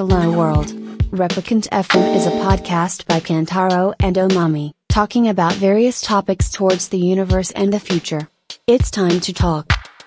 Hello World. Replicant FM is a podcast by Kantaro and Omami, talking about various topics towards the universe and the future. It's time to talk.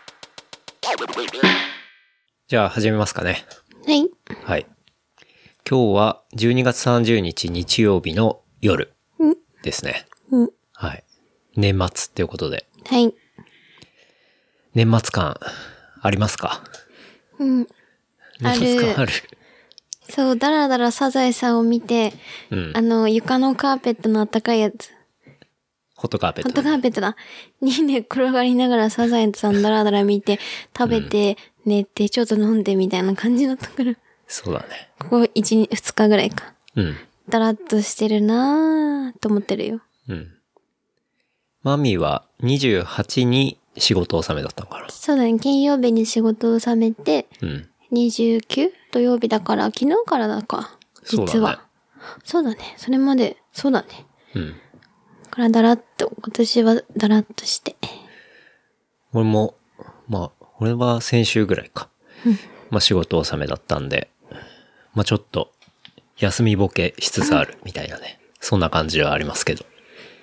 じゃあ始めますかね。 はい。 はい。今日は12月30日日曜日の夜ですね。はい。年末っていうことで。 はい。 年末感ありますか？年末感ある。 そう、だらだらサザエさんを見て、床のカーペットのあったかいやつ。 ホットカーペット。 ホットカーペットだ。にね、転がりながらサザエさんだらだら見て、食べて、寝て、ちょっと飲んでみたいな感じだったから。 そうだね。 ここ1、2日ぐらいか。だらっとしてるなぁと思ってるよ。 マミーは28に仕事納めだったのかな。 そうだね。金曜日に仕事を納めて、29? 土曜日だから、昨日からだか。実は。そうだね。それまで、そうだね。からだらっと、今年はだらっとして。 俺も、俺は先週ぐらいか。仕事納めだったんで、ちょっと、休みボケしつつあるみたいなね。そんな感じはありますけど。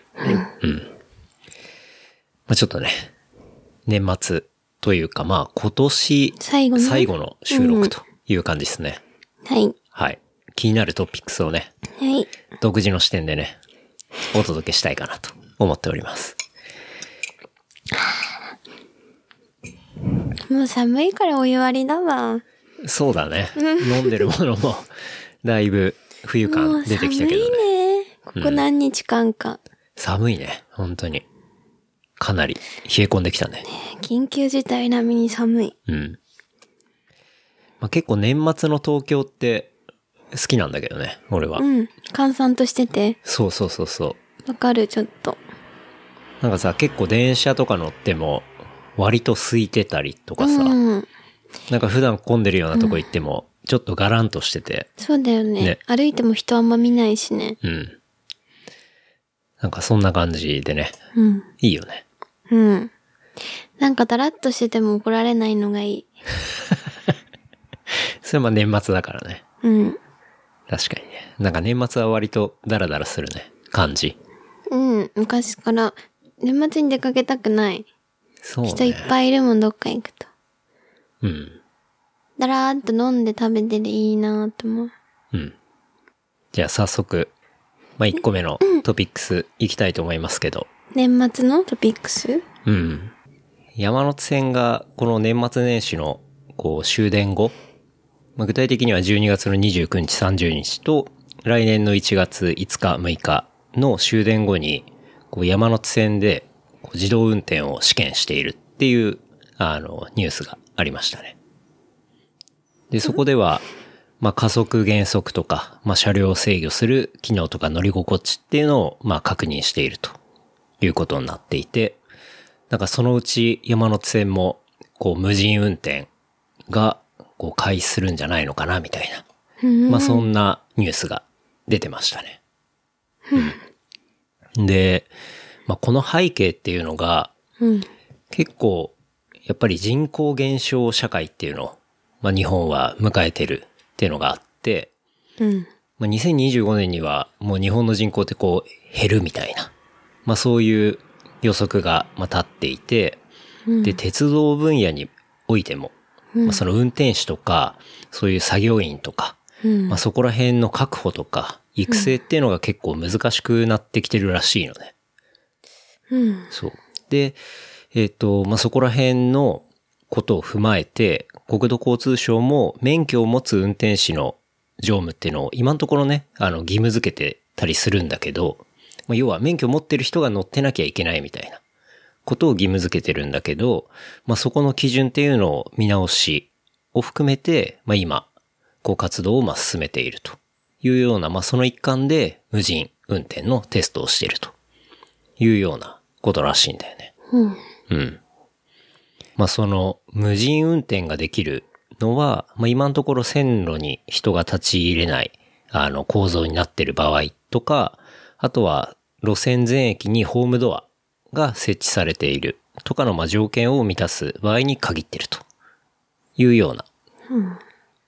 ちょっとね、年末というか今年最後の収録という感じですね。 はい。 はい。気になるトピックスをね、 はい。 独自の視点でね、お届けしたいかなと思っております。 もう寒いからお湯割りだわ。 そうだね。飲んでるものもだいぶ冬感出てきたけどね。 寒いね。ここ何日間か。 寒いね。本当に。かなり冷え込んできたね。 緊急事態並みに寒い。 結構年末の東京って好きなんだけどね、俺は。 閑散としてて。 そう。 わかる、ちょっと。 なんかさ、結構電車とか乗っても割と空いてたりとかさ、なんか普段混んでるようなとこ行ってもちょっとガランとしてて。 そうだよね。歩いても人あんま見ないしね。 なんかそんな感じでね。いいよね。 なんかだらっとしてても怒られないのがいい。 それは年末だからね。確かにね。なんか年末は割とダラダラするね。感じ。 昔から年末に出かけたくない。 そうね。 人いっぱいいるもん、どっか行くと。だらーっと飲んで食べてでいいなーと思う。 じゃあ早速、1個目のトピックスいきたいと思いますけど。 年末のトピックス？ 山手線がこの年末年始の終電後、具体的には12月の29日30日と来年の1月5日6日の終電後に山手線で自動運転を試験しているっていうニュースがありましたね。で、そこでは加速減速とか、車両を制御する機能とか乗り心地っていうのを確認しているということになっていて、なんかそのうち山手線も無人運転が開始するんじゃないのかなみたいな、そんなニュースが出てましたね。で、この背景っていうのが、結構やっぱり人口減少社会っていうのを、日本は迎えてるっていうのがあって、2025年にはもう日本の人口って減るみたいな、そういう予測が立っていて、で、鉄道分野においても、その運転手とか、そういう作業員とか、そこら辺の確保とか、育成っていうのが結構難しくなってきてるらしいのね。そう。で、そこら辺のことを踏まえて、国土交通省も免許を持つ運転士の乗務っていうのを今のところね、義務付けてたりするんだけど、要は免許を持ってる人が乗ってなきゃいけないみたいなことを義務付けてるんだけど、そこの基準っていうのを見直しを含めて、今、活動を進めているというような、その一環で無人運転のテストをしているというようなことらしいんだよね。その無人運転ができるのは、今のところ線路に人が立ち入れない構造になっている場合とか、あとは路線全駅にホームドアが設置されているとかの条件を満たす場合に限っているというような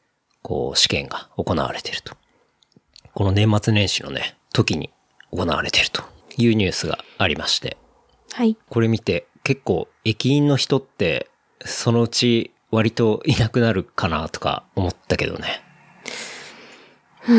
こう試験が行われていると。この年末年始のね、時に行われているというニュースがありまして。 はい。 これ見て結構駅員の人ってそのうち割といなくなるかなとか思ったけどね。うん。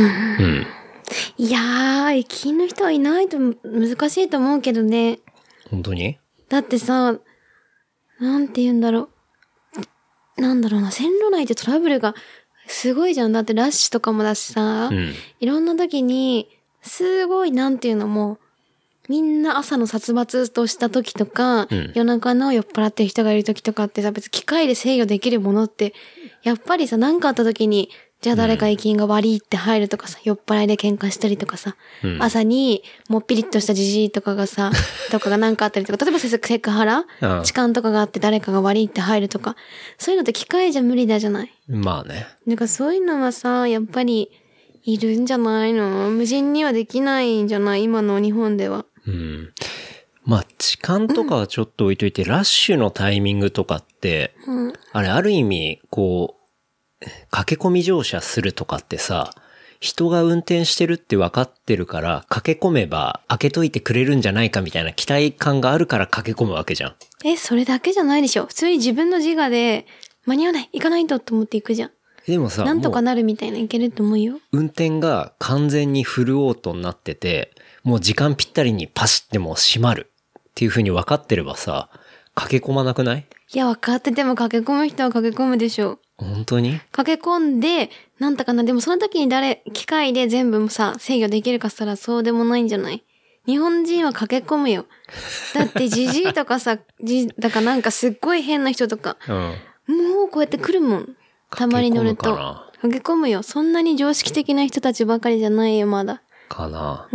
いやー、駅員の人はいないと難しいと思うけどね。 本当に？ だってさ、なんて言うんだろう。なんだろうな、線路内でトラブルがすごいじゃん。だってラッシュとかもだしさ、いろんな時に、すごいなんていうのも、みんな朝の殺伐とした時とか、夜中の酔っ払ってる人がいる時とかってさ、別に機械で制御できるものって、やっぱりさ、なんかあった時に、じゃあ誰か駅員が悪いって入るとかさ、酔っ払いで喧嘩したりとかさ、朝にもうピリッとしたじじいとかがさ、とかがなんかあったりとか、例えばセクハラ痴漢とかがあって誰かが悪いって入るとか、そういうのって機械じゃ無理だじゃない。 まあね。 なんかそういうのはさ、やっぱりいるんじゃないの？無人にはできないんじゃない？今の日本では。 まあ、痴漢とかはちょっと置いといて、ラッシュのタイミングとかって、あれある意味、こう、駆け込み乗車するとかってさ、人が運転してるって分かってるから、駆け込めば開けといてくれるんじゃないかみたいな期待感があるから駆け込むわけじゃん。 それだけじゃないでしょ。普通に自分の自我で、間に合わない、行かないとと思って行くじゃん。 でもさ、 なんとかなるみたいな、いけると思うよ。 運転が完全にフルオートになってて、もう時間ぴったりにパシってもう閉まるっていう風に分かってればさ、駆け込まなくない？ いや、分かってても駆け込む人は駆け込むでしょ。 本当に？駆け込んで、なんとかな、でもその時に機械で全部さ、制御できるかしたらそうでもないんじゃない？日本人は駆け込むよ。だってジジイとかさ、だからなんかすっごい変な人とか、もうこうやって来るもん。たまに乗ると。駆け込むよ。そんなに常識的な人たちばかりじゃないよ、まだ。 かな。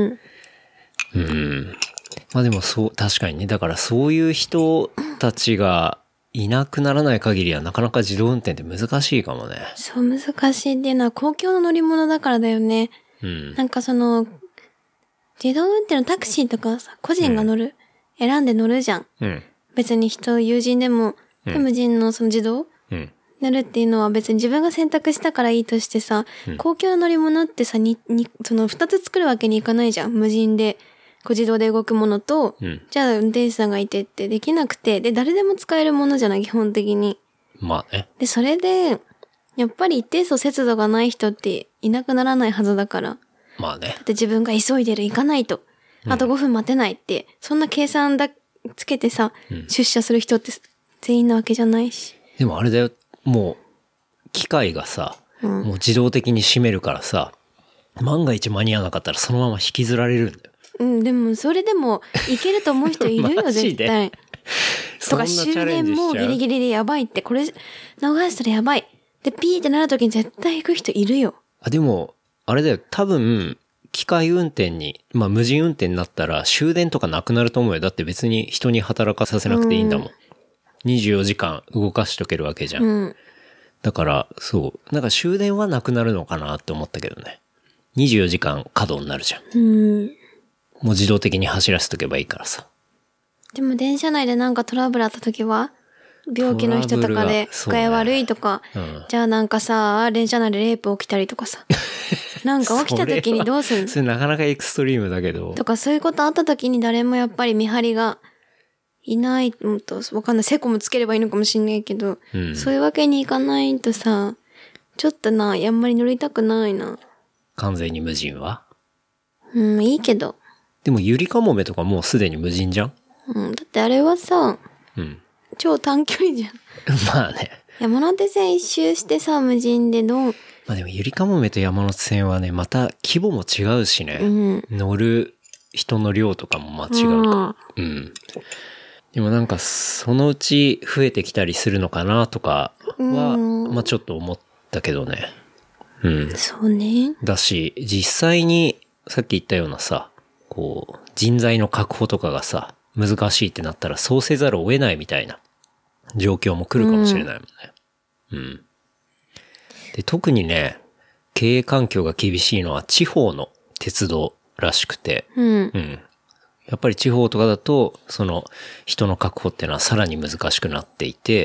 まあでもそう、確かにね。だからそういう人たちがいなくならない限りはなかなか自動運転って難しいかもね。 そう、難しいっていうのは公共の乗り物だからだよね。なんかその、自動運転のタクシーとかさ、個人が乗る、選んで乗るじゃん。別に友人でも、無人のその自動、乗るっていうのは別に自分が選択したからいいとしてさ、公共の乗り物ってさ、その二つ作るわけにいかないじゃん。無人で、自動で動くものと、じゃあ運転手さんがいてってできなくて、で、誰でも使えるものじゃない、基本的に。 まあね。 で、それで、やっぱり一定数節度がない人っていなくならないはずだから。 まあね。 だって自分が急いでる、行かないと。あと5分待てないって、そんな計算つけてさ、出社する人って全員なわけじゃないし。 でもあれだよ、もう、機械がさ、もう自動的に閉めるからさ、万が一間に合わなかったらそのまま引きずられるんだよ。 でも、それでも、いけると思う人いるよ、絶対。とか、終電もギリギリでやばいって、これ、逃したらやばい。で、ピーってなるときに絶対行く人いるよ。 でも、あれだよ、多分、機械運転に、まあ無人運転になったら終電とかなくなると思うよ。だって別に人に働かさせなくていいんだもん。24時間動かしとけるわけじゃん。だから、そう。なんか終電はなくなるのかなって思ったけどね。24時間稼働になるじゃん。もう自動的に走らせとけばいいからさ。 でも電車内でなんかトラブルあった時は病気の人とかで具合悪いとか、じゃあなんかさ、電車内でレイプ起きたりとかさ。なんか起きた時にどうするの？ それなかなかエクストリームだけど。 とかそういうことあった時に誰もやっぱり見張りがいないと、わかんない。セコムつければいいのかもしんないけど、そういうわけにいかないとさ、ちょっとな、あんまり乗りたくないな。 完全に無人は？ いいけど。 でもゆりかもめとかもうすでに無人じゃん？ だってあれはさ、超短距離じゃん。 まあね。 山手線一周してさ、無人でまあでもゆりかもめと山手線はね、また規模も違うしね。乗る人の量とかもまあ違うか。でもなんかそのうち増えてきたりするのかなとかは、まあちょっと思ったけどね。 そうね。 だし、実際にさっき言ったようなさ、こう、人材の確保とかがさ、難しいってなったらそうせざるを得ないみたいな状況も来るかもしれないもんね。で、特にね、経営環境が厳しいのは地方の鉄道らしくて、やっぱり地方とかだと、その人の確保っていうのはさらに難しくなっていて、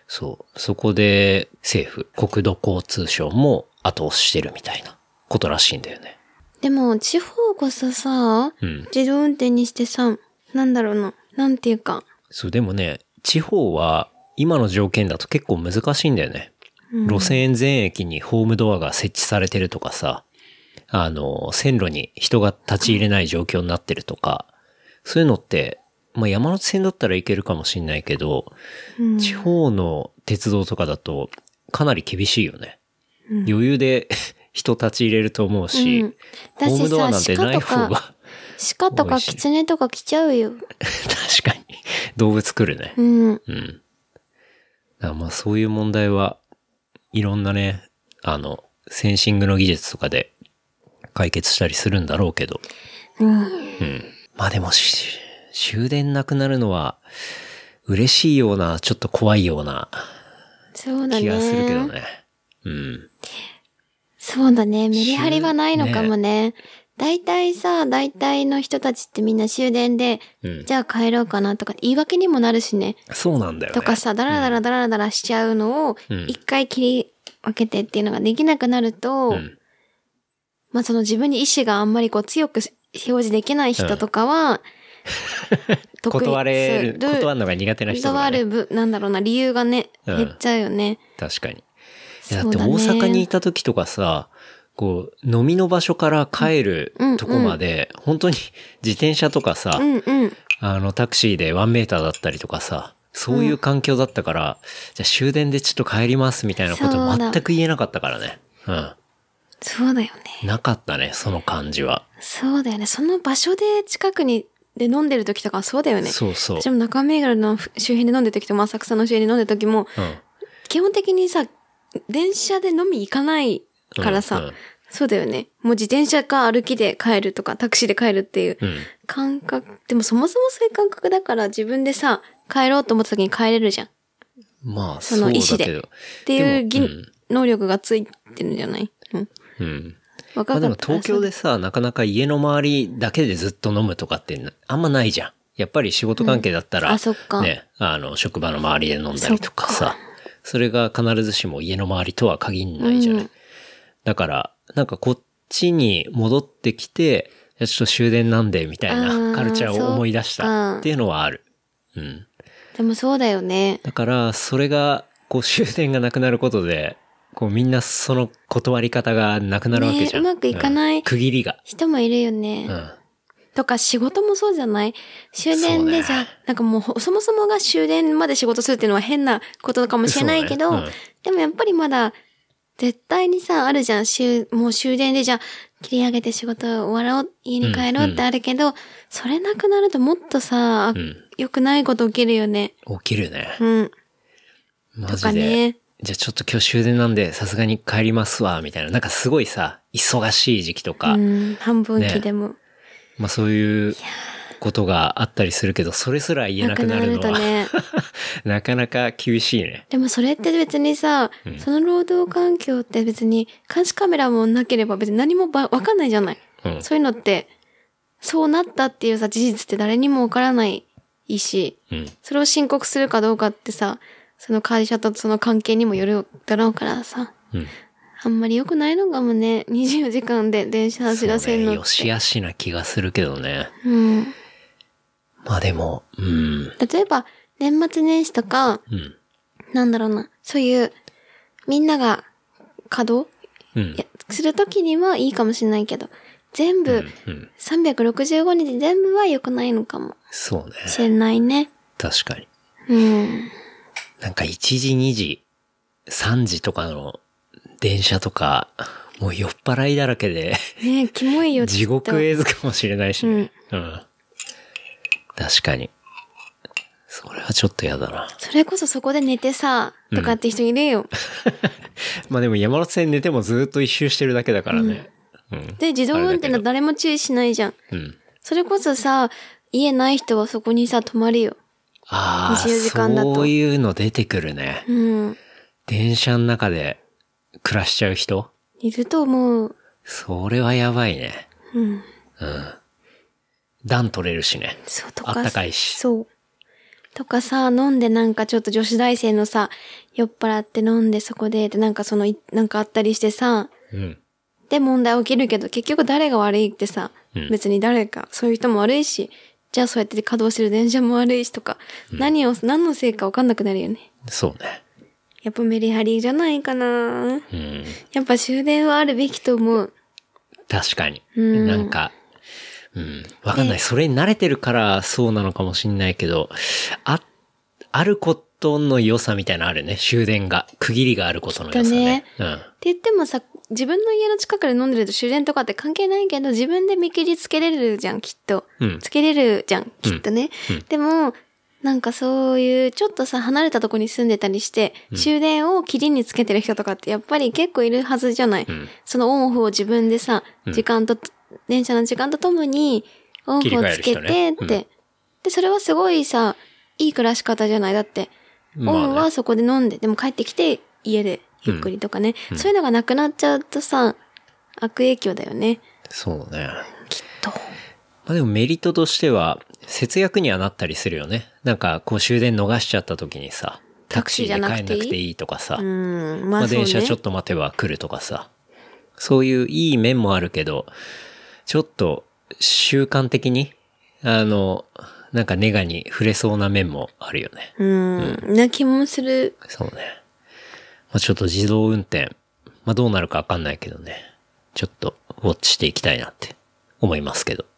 そう。そこで政府、国土交通省も後押ししてるみたいなことらしいんだよね。 でも、地方こそさ、自動運転にしてさ、なんだろうな。なんていうか。 そう、でもね、地方は今の条件だと結構難しいんだよね。路線全駅にホームドアが設置されてるとかさ、線路に人が立ち入れない状況になってるとか、そういうのって、まあ、山手線だったらいけるかもしんないけど、地方の鉄道とかだとかなり厳しいよね。余裕で人立ち入れると思うし、ホームドアなんてない方が。 鹿とかキツネとか来ちゃうよ。 確かに。動物来るね。だからまあそういう問題はいろんなね、センシングの技術とかで解決したりするんだろうけど。まあでも終電なくなるのは嬉しいような、ちょっと怖いような気がするけどね。 そうだね。メリハリはないのかもね。大体の人たちってみんな終電で、じゃあ帰ろうかなとか言い訳にもなるしね。 そうなんだよね。 とかさ、ダラダラしちゃうのを、一回切り分けてっていうのができなくなると、まあその自分に意志があんまりこう強く表示できない人とかは、 断るのが苦手な人がね。 なんだろうな、理由がね、減っちゃうよね。 確かに。だって大阪にいた時とかさ、こう、飲みの場所から帰るとこまで、本当に自転車とかさ、タクシーで1メーターだったりとかさ、そういう環境だったから、じゃあ終電でちょっと帰りますみたいなこと全く言えなかったからね。 そうだよね。 なかったね、その感じは。 そうだよね。その場所で近くで飲んでる時とかそうだよね。 そうそう。 私も中目黒の周辺で飲んでる時とも浅草の周辺で飲んでる時も、基本的にさ、電車で飲み行かないからさ、そうだよね。もう自転車か歩きで帰るとかタクシーで帰るっていう感覚。でもそもそもそういう感覚だから自分でさ、帰ろうと思った時に帰れるじゃん。 まあ、 その意思で。っていう能力がついてるんじゃない？ まあでも東京でさ、なかなか家の周りだけでずっと飲むとかってあんまないじゃん。やっぱり仕事関係だったら、ね、職場の周りで飲んだりとかさ、それが必ずしも家の周りとは限んないじゃない。だから、なんかこっちに戻ってきて、ちょっと終電なんでみたいなカルチャーを思い出したっていうのはある。 でもそうだよね。 だから、それが、こう終電がなくなることで、こうみんなその断り方がなくなるわけじゃん。 うまくいかない区切りが。 人もいるよね。とか仕事もそうじゃない？終電でじゃあ、なんかもうそもそもが終電まで仕事するっていうのは変なことかもしれないけど、でもやっぱりまだ絶対にさ、あるじゃん。もう終電でじゃあ切り上げて仕事終わろう、家に帰ろうってあるけど、それなくなるともっとさ、良くないこと起きるよね。 起きるね。マジで。 とかね。 じゃあちょっと今日終電なんでさすがに帰りますわ、みたいな。なんかすごいさ、忙しい時期とか。 半分期でも。 まあそういうことがあったりするけど、それすら言えなくなるのは、なかなか厳しいね。 でもそれって別にさ、その労働環境って別に監視カメラもなければ別に何もわかんないじゃない。そういうのって、そうなったっていうさ、事実って誰にもわからないし、それを申告するかどうかってさ、その会社とその関係にもよるだろうからさ。あんまり良くないのかもね。24時間で電車走らせるのって。 よしあしな気がするけどね。まあでも、 例えば、年末年始とか、なんだろうな、そういう、みんなが稼働、するときにはいいかもしれないけど、全部、365日全部は良くないのかも。 そうね。 しれないね。 確かに。なんか1時、2時、3時とかの電車とか、もう酔っ払いだらけで。 ねえ、キモいよ。 地獄絵図かもしれないしね。確かに。それはちょっと嫌だな。 それこそそこで寝てさ、とかって人いるよ。 まあでも山手線寝てもずっと一周してるだけだからね。 で、自動運転だと誰も注意しないじゃん。それこそさ、家ない人はそこにさ、泊まるよ。 ああ、24時間だと。そういうの出てくるね。電車の中で暮らしちゃう人いると思う。 それはやばいね。暖取れるしね。 そうとか。 あったかいし。 そう。 とかさ、飲んでなんかちょっと女子大生のさ、酔っ払って飲んでそこで、なんかなんかあったりしてさ、 うん。 で問題起きるけど、結局誰が悪いってさ、別に誰か、そういう人も悪いし、じゃあそうやって稼働してる電車も悪いしとか、何のせいか分かんなくなるよね。 そうね。 やっぱメリハリじゃないかな。やっぱ終電はあるべきと思う。 確かに。なんか、わかんない。それに慣れてるからそうなのかもしんないけど、あることの良さみたいなのあるね。終電が。区切りがあることの良さね。って言ってもさ、自分の家の近くで飲んでると終電とかって関係ないけど、自分で見切りつけれるじゃん、きっと。つけれるじゃん、きっとね。でも、なんかそういう、ちょっとさ、離れたとこに住んでたりして、終電を切りにつけてる人とかってやっぱり結構いるはずじゃない。そのオンオフを自分でさ、電車の時間とともに、オンオフをつけてって。で、それはすごいさ、いい暮らし方じゃない。だって、オンはそこで飲んで、でも帰ってきて家でゆっくりとかね。そういうのがなくなっちゃうとさ、悪影響だよね。 そうね。 きっと。 まあでもメリットとしては、節約にはなったりするよね。なんかこう終電逃しちゃった時にさ、タクシーで帰んなくていいとかさ、まあ電車ちょっと待てば来るとかさ、そういういい面もあるけど、ちょっと習慣的に、なんかネガに触れそうな面もあるよね。 な気もする。 そうね。まあちょっと自動運転、まあどうなるかわかんないけどね。ちょっとウォッチしていきたいなって思いますけど。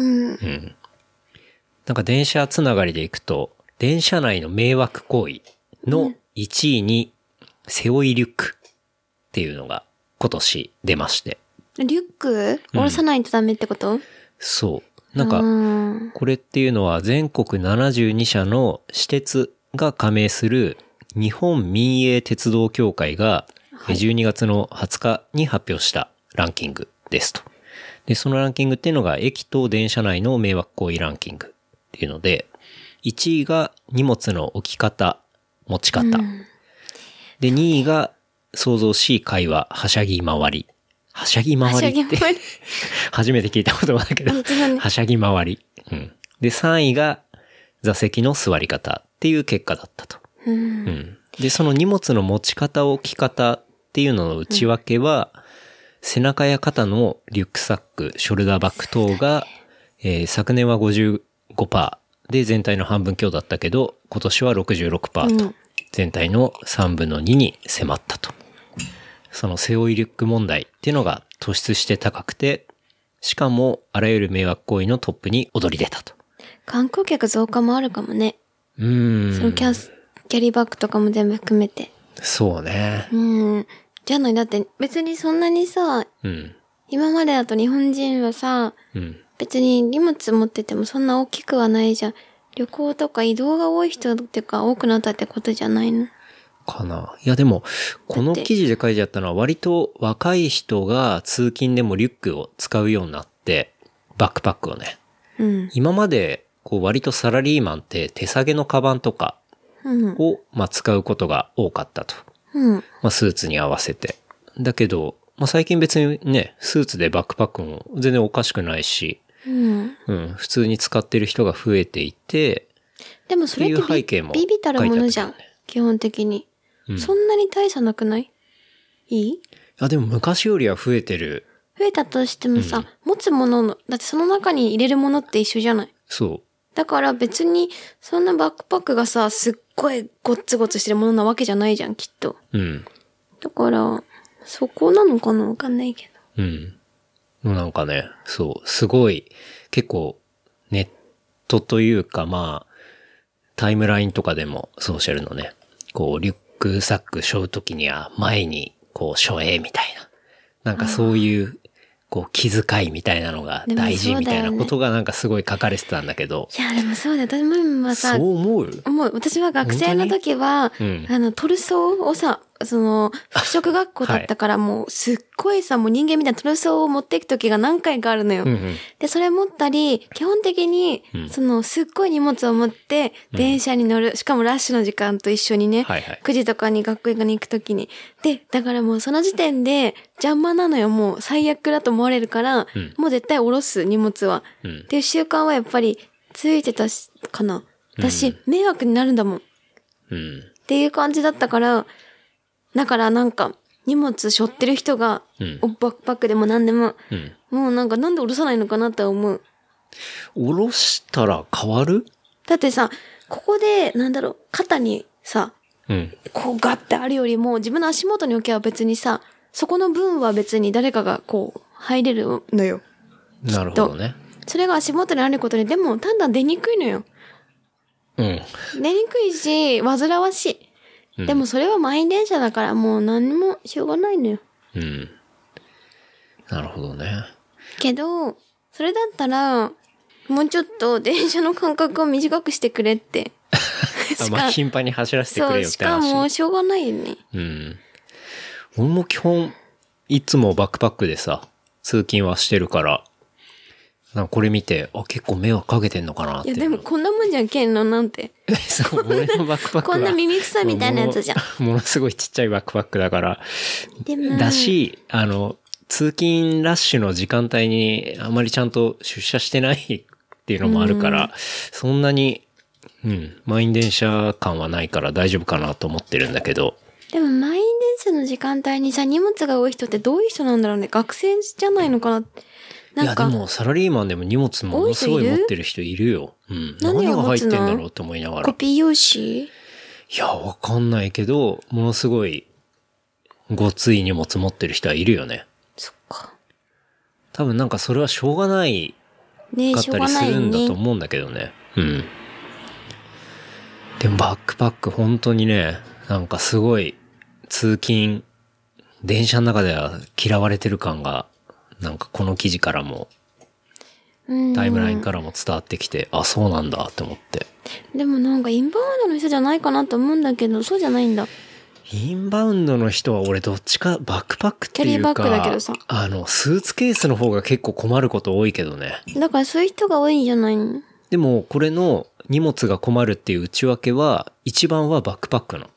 なんか電車つながりでいくと、電車内の迷惑行為の1位に背負いリュックっていうのが今年出まして。 リュック下ろさないとダメってこと？ そう。なんか、これっていうのは全国72社の私鉄が加盟する日本民営鉄道協会が12月の20日に発表したランキングですと。で、そのランキングっていうのが駅と電車内の迷惑行為ランキングっていうので、1位が荷物の置き方、持ち方。で、2位が想像しい会話、はしゃぎ回り。はしゃぎ回りって初めて聞いた言葉だけど、はしゃぎ回り。で、3位が座席の座り方っていう結果だったと。で、その荷物の持ち方、置き方っていうのの内訳は、背中や肩のリュックサック、ショルダーバッグ等が、昨年は 55% で全体の半分強だったけど、今年は 66% と、全体の3分の2に迫ったと。その背負いリュック問題っていうのが突出して高くて、しかもあらゆる迷惑行為のトップに躍り出たと。 観光客増加もあるかもね。そのキャリーバッグとかも全部含めて。 そうね。 じゃない、だって別にそんなにさ、今までだと日本人はさ、別に荷物持っててもそんな大きくはないじゃん。旅行とか移動が多い人っていうか多くなったってことじゃないのかな。いやでも、この記事で書いてあったのは割と若い人が通勤でもリュックを使うようになって、バックパックをね。今まで、こう割とサラリーマンって手提げのカバンとかを、使うことが多かったと。スーツに合わせて。だけど、最近別にね、スーツでバックパックも全然おかしくないし、普通に使ってる人が増えていて、 でもそれってビビたるものじゃん。基本的に。そんなに大差なくない？いい？ でも昔よりは増えてる。 増えたとしてもさ、持つものの、だってその中に入れるものって一緒じゃない？ そう。 だから別に、そんなバックパックがさ、すっごいゴツゴツしてるものなわけじゃないじゃん、きっと。だから、そこなのかな？わかんないけど。なんかね、そう、すごい、結構、ネットというかタイムラインとかでもソーシャルのね、こう、リュックサック背負うときには前に、こう、背負えみたいな。なんかそういう、こう、気遣いみたいなのが大事みたいなことがなんかすごい書かれてたんだけど。 いや、でもそうだよ。私も今さ、 そう思う？ 私は学生の時は、トルソーをさ、服飾学校だったからもうすっごいさ、もう人間みたいなトルソーを持っていく時が何回かあるのよ。で、それ持ったり、基本的に、すっごい荷物を持って電車に乗る。しかもラッシュの時間と一緒にね、9時とかに学校に行く時に。で、だからもうその時点で邪魔なのよ。もう最悪だと思われるから、もう絶対下ろす荷物は。っていう習慣はやっぱりついてたかな。 私、迷惑になるんだもん。っていう感じだったから、だからなんか、荷物背負ってる人が、バックパックでも何でも、もうなんで下ろさないのかなって思う。 下ろしたら変わる？ だってさ、ここで、肩にさ、こうガッてあるよりも、自分の足元に置けば別にさ、そこの分は別に誰かがこう、入れるのよ。 なるほどね。 それが足元にあることで、でも、だんだん出にくいのよ。出にくいし、煩わしい。でもそれは満員電車だからもう何もしょうがないのよ。 なるほどね。 けど、それだったら、もうちょっと電車の間隔を短くしてくれって。 頻繁に走らせてくれよって話。 そう、しかもしょうがないよね。 俺も基本、いつもバックパックでさ、通勤はしてるから、これ見て、結構迷惑かけてんのかなって。 いやでもこんなもんじゃん、ケンのなんて。 そう、俺のバックパックは。 こんな耳草みたいなやつじゃん。 ものすごいちっちゃいバックパックだから。だし、通勤ラッシュの時間帯にあまりちゃんと出社してないっていうのもあるから、そんなに、満員電車感はないから大丈夫かなと思ってるんだけど。 でも満員電車の時間帯にさ、荷物が多い人ってどういう人なんだろうね。学生じゃないのかな。 いやでもサラリーマンでも荷物ものすごい持ってる人いるよ。何が入ってんだろうって思いながら。 コピー用紙？ いや、わかんないけど、ものすごいごつい荷物持ってる人はいるよね。 そっか。 多分それはしょうがないかったりするんだと思うんだけどね。でもバックパック本当にね、すごい通勤、電車の中では嫌われてる感が、この記事からも、タイムラインからも伝わってきて、そうなんだって思って。 でもインバウンドの人じゃないかなと思うんだけど、そうじゃないんだ。 インバウンドの人は俺どっちかバックパックっていうか、キャリーバッグだけどさ。スーツケースの方が結構困ること多いけどね。 だからそういう人が多いんじゃないの？ でもこれの荷物が困るっていう内訳は、一番はバックパックの。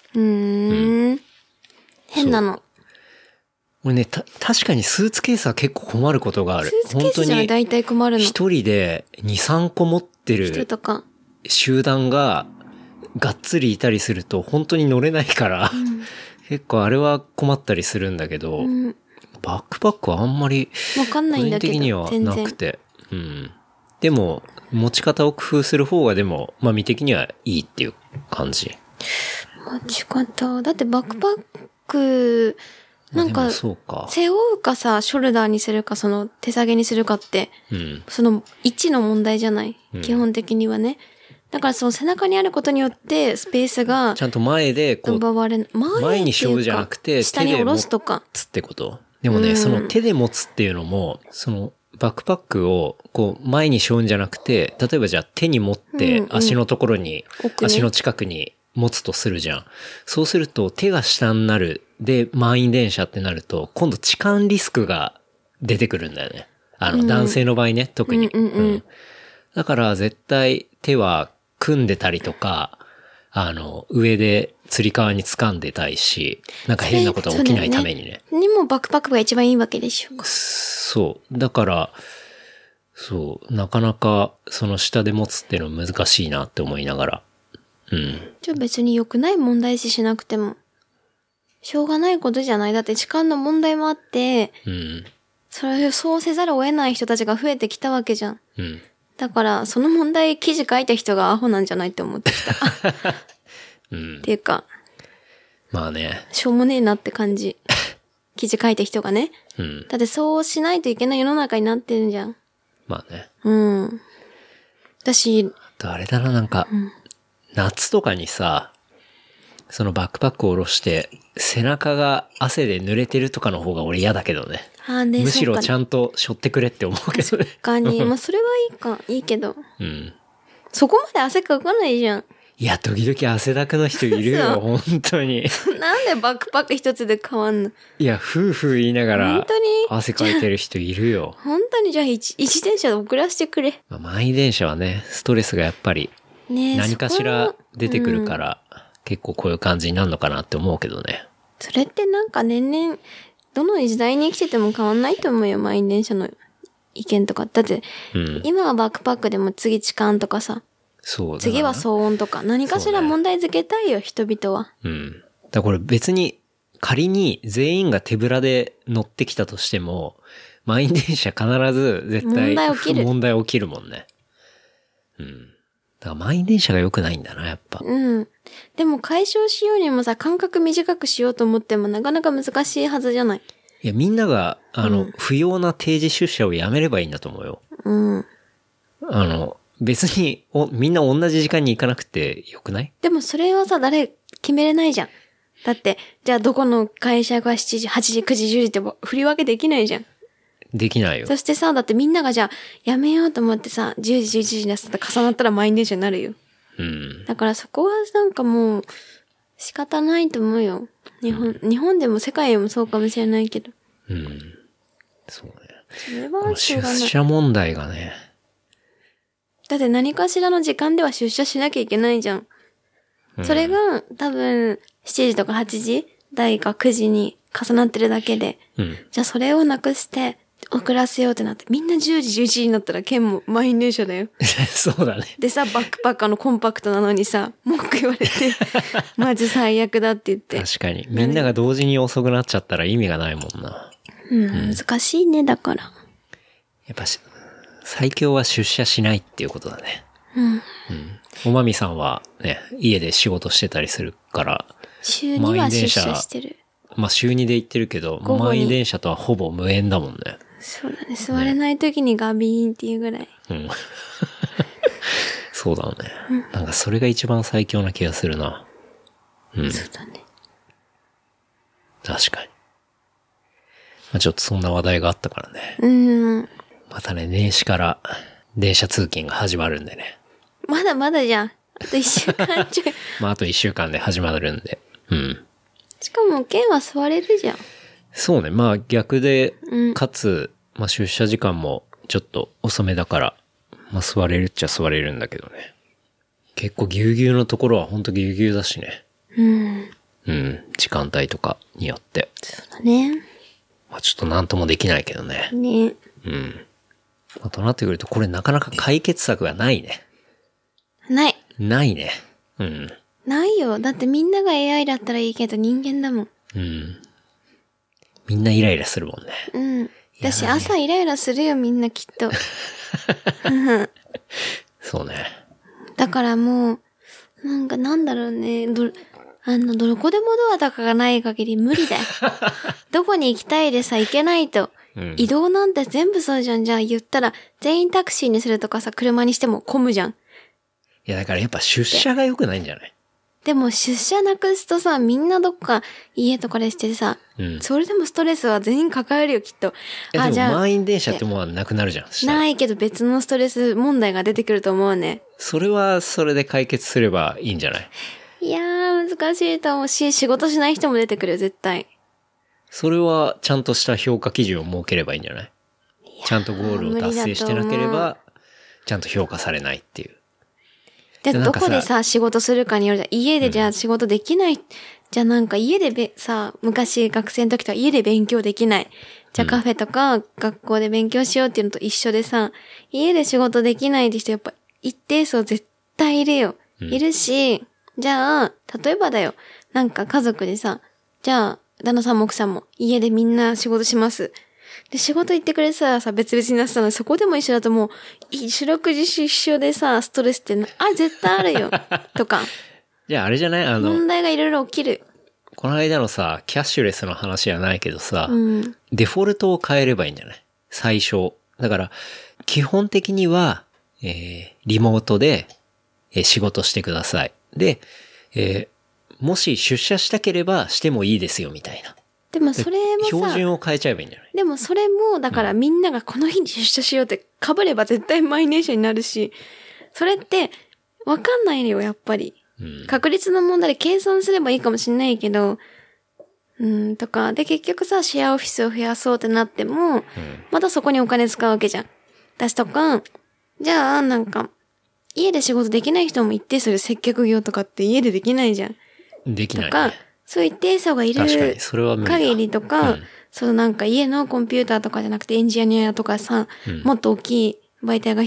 変なの。 俺ね、確かにスーツケースは結構困ることがある。 スーツケースじゃ大体困るの。 一人で2、3個持ってる集団ががっつりいたりすると本当に乗れないから、結構あれは困ったりするんだけど、バックパックはあんまりわかんないんだけど、 個人的にはなくて。でも、持ち方を工夫する方がでも、見的にはいいっていう感じ。 持ち方だってバックパック、 そうか。 背負うかさ、ショルダーにするか、手下げにするかって、位置の問題じゃない、基本的にはね。だから背中にあることによって、スペースが、 ちゃんと前で奪われない。 前に背負うじゃなくて、 下に下ろすとか。 手で持つってこと。でもね、手で持つっていうのも、バックパックを前に背負うんじゃなくて、例えばじゃあ手に持って足のところに、足の近くに持つとするじゃん。そうすると手が下になる。で、満員電車ってなると、今度痴漢リスクが出てくるんだよね。男性の場合ね、特に。だから絶対手は組んでたりとか、上でつり革に掴んでたいし、変なことが起きないためにね。 にもバックパックが一番いいわけでしょうか。 そう。だから、なかなか下で持つっていうのは難しいなって思いながら。 じゃあ別に良くない問題視しなくても。しょうがないことじゃない。だって痴漢の問題もあって、それをそうせざるを得ない人たちが増えてきたわけじゃん。だから、その問題記事書いた人がアホなんじゃないって思ってきた。っていうか、 まあね。 しょうもねえなって感じ。記事書いた人がね。だってそうしないといけない世の中になってるんじゃん。 まあね。 私、 あれだな、夏とかにさ、バックパックを下ろして、背中が汗で濡れてるとかの方が俺嫌だけどね。むしろちゃんと背負ってくれって思うけどね。 確かに。それはいいけど。そこまで汗かかないじゃん。 いや、時々汗だくの人いるよ、本当に。 なんでバックパック一つで変わんの？ いや、夫婦言いながら、 本当に汗かいてる人いるよ。 本当にじゃあ一電車で遅らせてくれ。 満員電車はね、ストレスがやっぱり、何かしら出てくるから、結構こういう感じになるのかなって思うけどね。 それって年々、どの時代に生きてても変わんないと思うよ、満員電車の意見とか。だって、今はバックパックでも次痴漢とかさ、 そう。 次は騒音とか、何かしら問題付けたいよ、人々は。 うん。だからこれ別に、仮に全員が手ぶらで乗ってきたとしても、満員電車必ず絶対問題起きるもんね。うん。だから満員電車が良くないんだな、やっぱ。 うん。でも解消しようにもさ、間隔短くしようと思ってもなかなか難しいはずじゃない。 いや、みんなが、不要な定時出社をやめればいいんだと思うよ。 うん。 別にみんな同じ時間に行かなくてよくない？ でもそれはさ、決めれないじゃん。だって、じゃあどこの会社が7時、8時、9時、10時って振り分けできないじゃん。 できないよ。 そしてさ、だってみんながじゃあ、やめようと思ってさ、10時、11時になったら重なったら満員電車になるよ。 うん。 だからそこはなんかもう、仕方ないと思うよ。日本でも世界でもそうかもしれないけど。 うん。そうね。 それはしょうがない。 出社問題がね。 だって何かしらの時間では出社しなきゃいけないじゃん。それが多分7時とか8時台か9時に重なってるだけで。 うん。 じゃあそれをなくして遅らせようってなって、みんな10時11時になったら県も満員電車だよ。 そうだね。 でさ、バックパッカーのコンパクトなのにさ、文句言われて、マジ最悪だって言って。 確かに。みんなが同時に遅くなっちゃったら意味がないもんな。 うん、難しいね、だから。 やっぱ最強は出社しないっていうことだね。 うん。 うん。おまみさんはね、家で仕事してたりするから、 週2は出社してる。 まあ週2で行ってるけど、満員電車とはほぼ無縁だもんね。 そうだね。座れない時にガビーンっていうぐらい。 うん。そうだね。なんかそれが一番最強な気がするな。うん。 そうだね。 確かに。まあ、ちょっとそんな話題があったからね。またね、年始から電車通勤が始まるんでね。 まだまだじゃん。あと1週間ちょい。 まああと1週間で始まるんで。うん。 しかも、ケンは座れるじゃん。 そうね。まあ逆で、かつ、まあ出社時間もちょっと遅めだから、まあ座れるっちゃ座れるんだけどね。結構ぎゅうぎゅうのところはほんとぎゅうぎゅうだしね。うん。時間帯とかによって。 そうだね。 まあちょっとなんともできないけどね。 ね。 うん。まあとなってくるとこれなかなか解決策がないね。 ない。 ないね。うん。 ないよ。だってみんなが AI だったらいいけど人間だもん。 うん。みんなイライラするもんね。 うん。だし、朝イライラするよ、みんなきっと。 そうね。 だからもう、なんだろうね。どこでもドアとかがない限り無理だよ。どこに行きたいでさ、行けないと。移動なんて全部そうじゃん。じゃあ言ったら、全員タクシーにするとかさ、車にしても混むじゃん。 いや、だからやっぱ出社が良くないんじゃない？ でも出社なくすとさ、みんなどっか家とかでしてさ、それでもストレスは全員抱えるよ、きっと。 いや、でも満員電車ってもうなくなるじゃん。 ないけど別のストレス問題が出てくると思うね。 それはそれで解決すればいいんじゃない？ いやー、難しいと思うし、仕事しない人も出てくるよ、絶対。 それはちゃんとした評価基準を設ければいいんじゃない？ちゃんとゴールを達成してなければ、ちゃんと評価されないっていう。 で、どこでさ、仕事するかによるじゃん。家でじゃあ仕事できない。じゃあなんか家でさ、昔学生の時とか家で勉強できない。じゃあカフェとか学校で勉強しようっていうのと一緒でさ、家で仕事できないって人やっぱ一定数絶対いるよ。いるし、じゃあ、例えばだよ。なんか家族でさ、じゃあ、旦那さんも奥さんも家でみんな仕事します。で、仕事行ってくれさ、別々になってたのに、そこでも一緒だともう、四六時一緒でさ、ストレスって、絶対あるよ。とか。 じゃああれじゃない？ 問題がいろいろ起きる。 この間のさ、キャッシュレスの話じゃないけどさ、デフォルトを変えればいいんじゃない？最初。だから、基本的には、リモートで、仕事してください。で、もし出社したければしてもいいですよ、みたいな。 でもそれもさ、 標準を変えちゃえばいいんじゃない？ でもそれも、だからみんながこの日に出社しようって被れば絶対満員電車になるし、それって、わかんないよ、やっぱり。確率の問題で計算すればいいかもしんないけど、とか、で結局さ、シェアオフィスを増やそうってなっても、またそこにお金使うわけじゃん。私とか、じゃあなんか、家で仕事できない人も一定する接客業とかって家でできないじゃん。 できない、ね。 とか、そういう一定数がいる限りとか、そのなんか家のコンピューターとかじゃなくてエンジニアとかさ、もっと大きい媒体が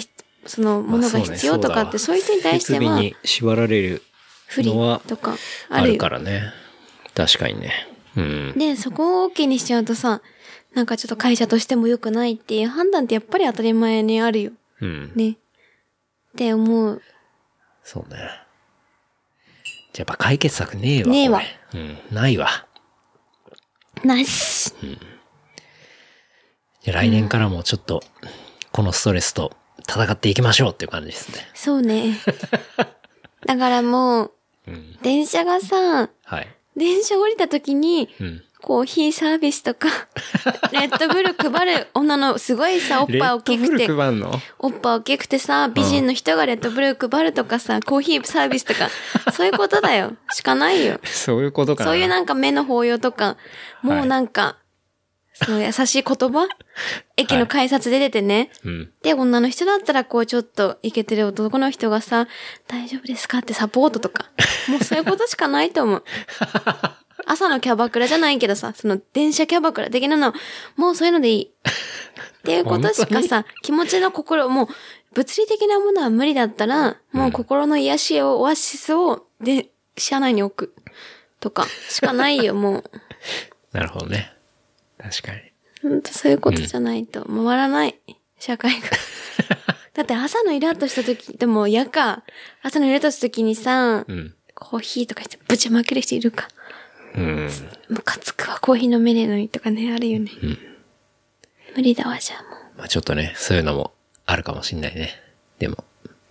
そのものが必要とかって、そういう人に対しては。 設備に縛られるのはとかあるからね。確かにね。うん。 で、そこを OK にしちゃうとさ、なんかちょっと会社としても良くないっていう判断ってやっぱり当たり前にあるよ。 うん。 ね。って思う。 そうね。じゃあやっぱ解決策ねえわ。 ねえわ。 うん。ないわ。 なし。 うん。じゃあ来年からもちょっと、このストレスと戦っていきましょうっていう感じですね。 そうね。だからもう、電車がさ、 はい。 電車降りた時に、コーヒーサービスとか、レッドブル配る女のすごいさ、おっぱい大きくて、 レッドブル配んの？ おっぱい大きくてさ、美人の人がレッドブル配るとかさ、コーヒーサービスとか、そういうことだよ。しかないよ。 そういうことかな。 そういうなんか目の抱擁とか、もうなんか、その優しい言葉駅の改札で出てね、で、女の人だったらこうちょっとイケてる男の人がさ、大丈夫ですかってサポートとか、もうそういうことしかないと思う。朝のキャバクラじゃないけどさ、その電車キャバクラ的なの、もうそういうのでいい。っていうことしかさ、気持ちの心、もう物理的なものは無理だったら、もう心の癒しを、オアシスを、で、車内に置く。とか、しかないよ、もう。 なるほどね。確かに。 ほんとそういうことじゃないと回らない。社会が。だって朝のイラッとした時、でも嫌か。朝のイラッとした時にさ、コーヒーとかしてぶちまける人いるか。ムカつくわ、コーヒー飲めねえのにとかね、あるよね。無理だわ、じゃあもう。 まあちょっとね、そういうのもあるかもしんないね。でも。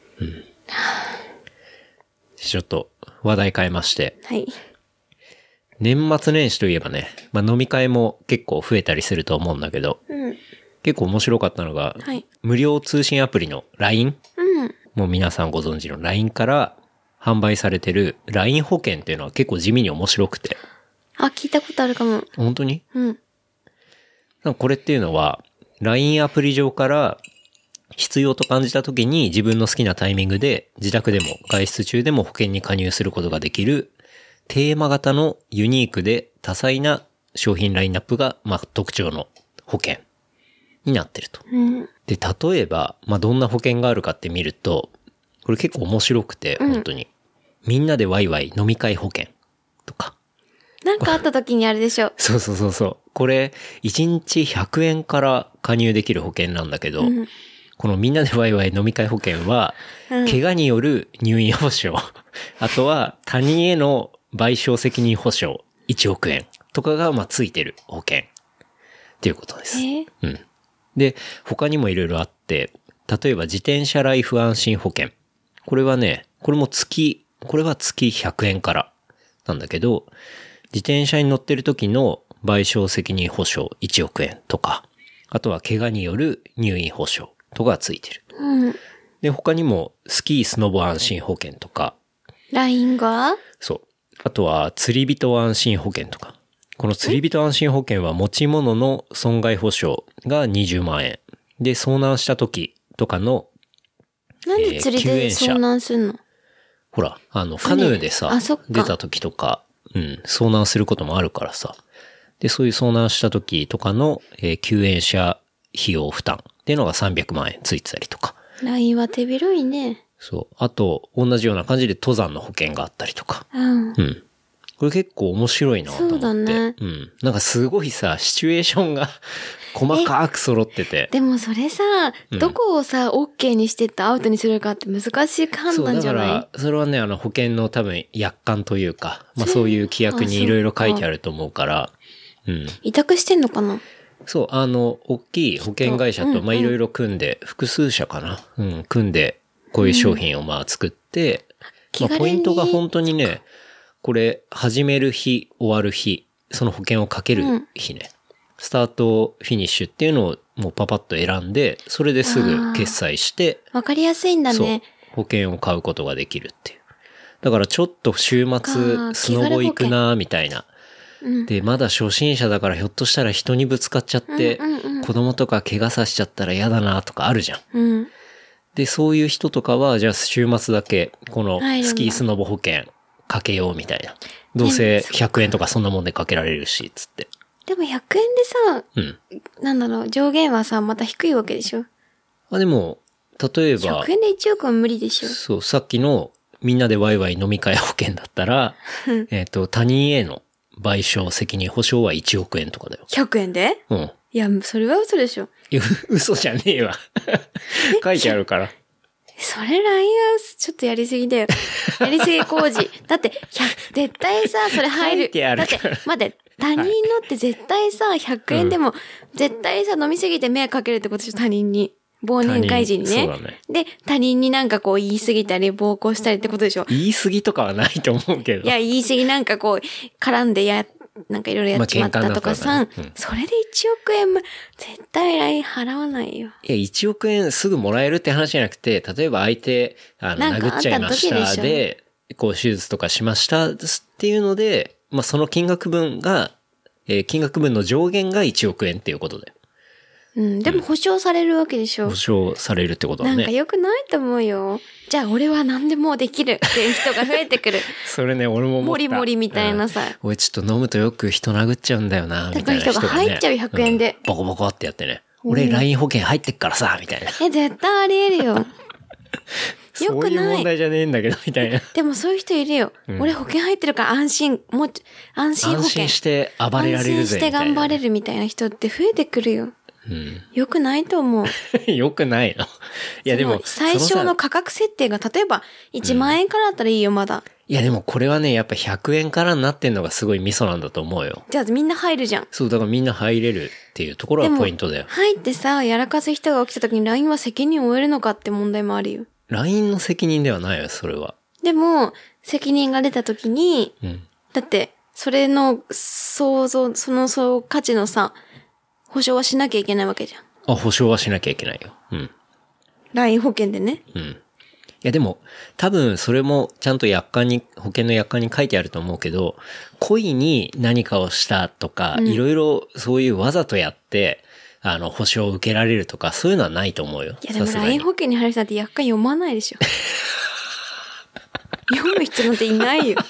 ちょっと話題変えまして。 はい。 年末年始といえばね、まあ飲み会も結構増えたりすると思うんだけど、結構面白かったのが、無料通信アプリの LINE、もう皆さんご存知の LINE から販売されてる LINE 保険っていうのは結構地味に面白くて。 あ、聞いたことあるかも。 本当に？これっていうのは LINE アプリ上から必要と感じた時に自分の好きなタイミングで自宅でも外出中でも保険に加入することができるテーマ型のユニークで多彩な商品ラインナップが、まあ、特徴の保険になってると。で、例えば、まあ、どんな保険があるかって見ると、これ結構面白くて、本当に。みんなでワイワイ飲み会保険とか。 なんかあった時にあれでしょ。 そう。これ、1日100円から加入できる保険なんだけど、このみんなでワイワイ飲み会保険は、怪我による入院保証、あとは他人への賠償責任保証1億円とかがまあついてる保険っていうことです。で、他にもいろいろあって、例えば自転車ライフ安心保険。これはね、これは月100円からなんだけど、自転車に乗ってる時の賠償責任保証1億円とか、あとは怪我による入院保証とかがついてる。で、他にもスキースノボ安心保険とか。 LINE が？ そう。あとは釣り人安心保険とか。この釣り人安心保険は持ち物の損害保証が20万円。で、遭難した時とかの、 なんで釣りで遭難すんの？ ほら、カヌーでさ、出た時とか、遭難することもあるからさ。で、そういう遭難した時とかの、救援者費用負担っていうのが300万円ついてたりとか。 LINE は手広いね。 そう。あと、同じような感じで登山の保険があったりとか。これ結構面白いなと思って。 そうだね。 なんかすごいさ、シチュエーションが細かく揃ってて。 でもそれさ、どこをさ、OK にしてってアウトにするかって難しい判断じゃない？ そう、だから、それはね、保険の多分、約款というか、まあそういう規約にいろいろ書いてあると思うから、 委託してんのかな？ そう、大きい保険会社と、まあいろいろ組んで、複数社かな？組んで、こういう商品をまあ作って、まあポイントが本当にね、これ、始める日、終わる日、その保険をかける日ね。スタート、フィニッシュっていうのをもうパパッと選んで、それですぐ決済して、 わかりやすいんだね。 そう。保険を買うことができるっていう。だからちょっと週末、スノボ行くなみたいな。で、まだ初心者だからひょっとしたら人にぶつかっちゃって、子供とか怪我させちゃったら嫌だなとかあるじゃん。で、そういう人とかは、じゃあ週末だけ、このスキースノボ保険かけようみたいな。どうせ100円とかそんなもんでかけられるし、つって。 でも100円でさ、なんだろう、上限はさ、また低いわけでしょ？ でも、 例えば。 100円で1億は無理でしょ。 そう、さっきのみんなでワイワイ飲み会保険だったら、他人への賠償責任保証は1億円とかだよ。 100円で？ うん。 いや、それは嘘でしょ。 いや、嘘じゃねえわ。書いてあるから。 それ LINE はちょっとやりすぎだよ。やりすぎ工事。だって、絶対さ、それ入る。だって、待って、他人のって絶対さ、100円でも、絶対さ、飲みすぎて迷惑かけるってことでしょ、他人に。忘年会時にね。そうだね。で、他人になんかこう言い過ぎたり、暴行したりってことでしょ。 言い過ぎとかはないと思うけど。 いや、言い過ぎなんかこう、絡んでなんかいろいろやっちまったとかさ、それで1億円も、絶対 LINE 払わないよ。 いや、1億円すぐもらえるって話じゃなくて、例えば相手、殴っちゃいましたで、こう手術とかしましたっていうので、まあその金額分の上限が1億円っていうことだよ。 うん、でも保証されるわけでしょ。 保証されるってことだね。 なんか良くないと思うよ。じゃあ俺は何でもできるっていう人が増えてくる。 それね、俺も思った。 モリモリみたいなさ。 俺ちょっと飲むとよく人殴っちゃうんだよな、みたいな人が、ね。 人が入っちゃう100円で。 ボコボコってやってね。俺 LINE 保険入ってっからさ、みたいな。 絶対あり得るよ。よくない。 そういう問題じゃねえんだけど、みたいな。 でもそういう人いるよ。俺保険入ってるから安心保険。 安心して暴れられるぜ。安心して頑張れるみたいな人って増えてくるよ。 うん、 よくないと思う。 よくないの。いやでも。 最初の価格設定が例えば1万円からだったらいいよ、まだ。 いやでもこれはね、やっぱ100円からになってんのがすごいミソなんだと思うよ。 じゃあみんな入るじゃん。 そう、だからみんな入れるっていうところがポイントだよ。 入ってさ、やらかす人が起きた時に LINE は責任を負えるのかって問題もあるよ。 LINE の責任ではないよ、それは。 でも、責任が出た時に、だって、それのその価値のさ、保証はしなきゃいけないわけじゃん。 保証はしなきゃいけないよ。うん。 LINE 保険でね。 うん。いやでも、多分それもちゃんと保険の約款に書いてあると思うけど、故意に何かをしたとか、いろいろそういうわざとやって、保証を受けられるとか、そういうのはないと思うよ。 いやでも LINE 保険に入る人なんて約款読まないでしょ。読む人なんていないよ。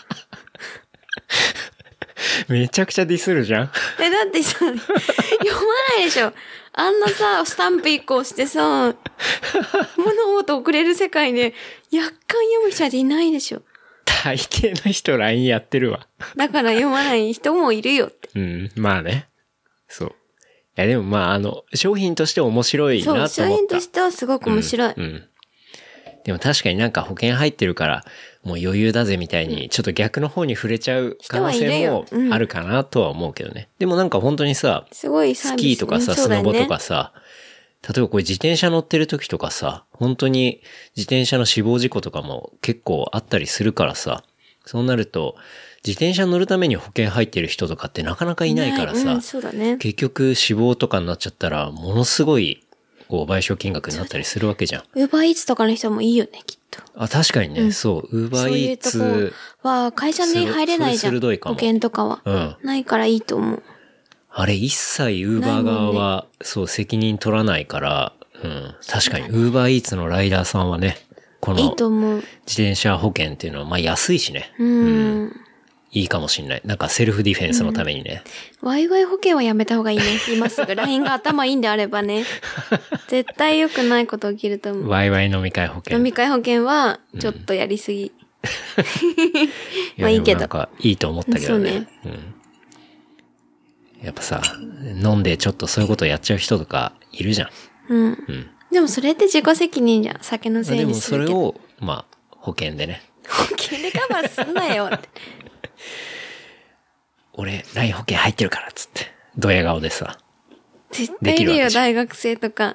めちゃくちゃディスるじゃん。 だってさ、読まないでしょ。あんなさ、スタンプ1個押してさ、物事送れる世界で、約款読む人なんていないでしょ。 大抵の人 LINE やってるわ。 だから読まない人もいるよって。 うん、まあね。そう。いやでもまあ商品として面白いなと思った。 そう、商品としてはすごく面白い。 でも確かになんか保険入ってるからもう余裕だぜみたいにちょっと逆の方に触れちゃう可能性もあるかなとは思うけどね。でもなんか本当にさ、 すごいスキーとかさ、スノボとかさ、例えばこれ自転車乗ってる時とかさ、本当に自転車の死亡事故とかも結構あったりするからさ、そうなると自転車乗るために保険入ってる人とかってなかなかいないからさ、 そうだね、 結局死亡とかになっちゃったらものすごいこう賠償金額になったりするわけじゃん。 ウーバーイーツとかの人もいいよね、きっと。 確かにね、そう。ウーバーイーツ。そういうとこは会社に入れないじゃん。保険とかは。ないからいいと思う。 あれ一切ウーバー側は、そう責任取らないから、確かにウーバーイーツのライダーさんはね、この自転車保険っていうのはまあ安いしね。いいかもしんない。なんかセルフディフェンスのためにね。 ワイワイ保険はやめた方がいいね。今すぐ LINE が頭いいんであればね。絶対良くないこと起きると思う。 ワイワイ飲み会保険。 飲み会保険はちょっとやりすぎ。まあいいけど。 なんかいいと思ったけどね。やっぱさ、飲んでちょっとそういうことやっちゃう人とかいるじゃん。 でもそれって自己責任じゃん。酒のせいにするけど。 でもそれを、まあ、保険でね。 保険でカバーすんなよって。 俺、LINE 保険入ってるからっつって。ドヤ顔でさ。 絶対いるよ、大学生とか。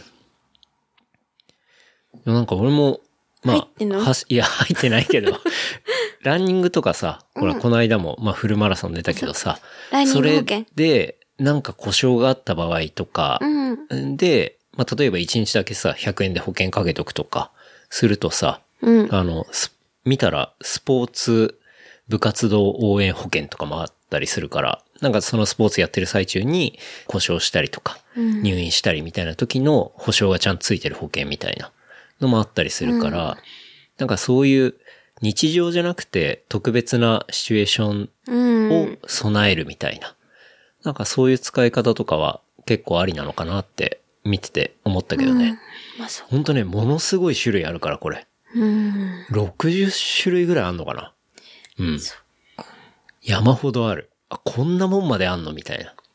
なんか俺も、まあ、 入ってんの？ いや、入ってないけど。ランニングとかさ、ほら、この間も、まあ、フルマラソン出たけどさ。 ランニング保険。 それで、なんか故障があった場合とか、で、まあ、例えば1日だけさ、100円で保険かけとくとか、するとさ、見たら、スポーツ部活動応援保険とかもあったりするから、なんかそのスポーツやってる最中に故障したりとか、入院したりみたいな時の保証がちゃんとついてる保険みたいなのもあったりするから、なんかそういう日常じゃなくて特別なシチュエーションを備えるみたいな、なんかそういう使い方とかは結構ありなのかなって見てて思ったけどね。 まあそう。 ほんとね、ものすごい種類あるからこれ。60種類ぐらいあんのかな。うん。山ほどある。あ、こんなもんまであんのみたいな。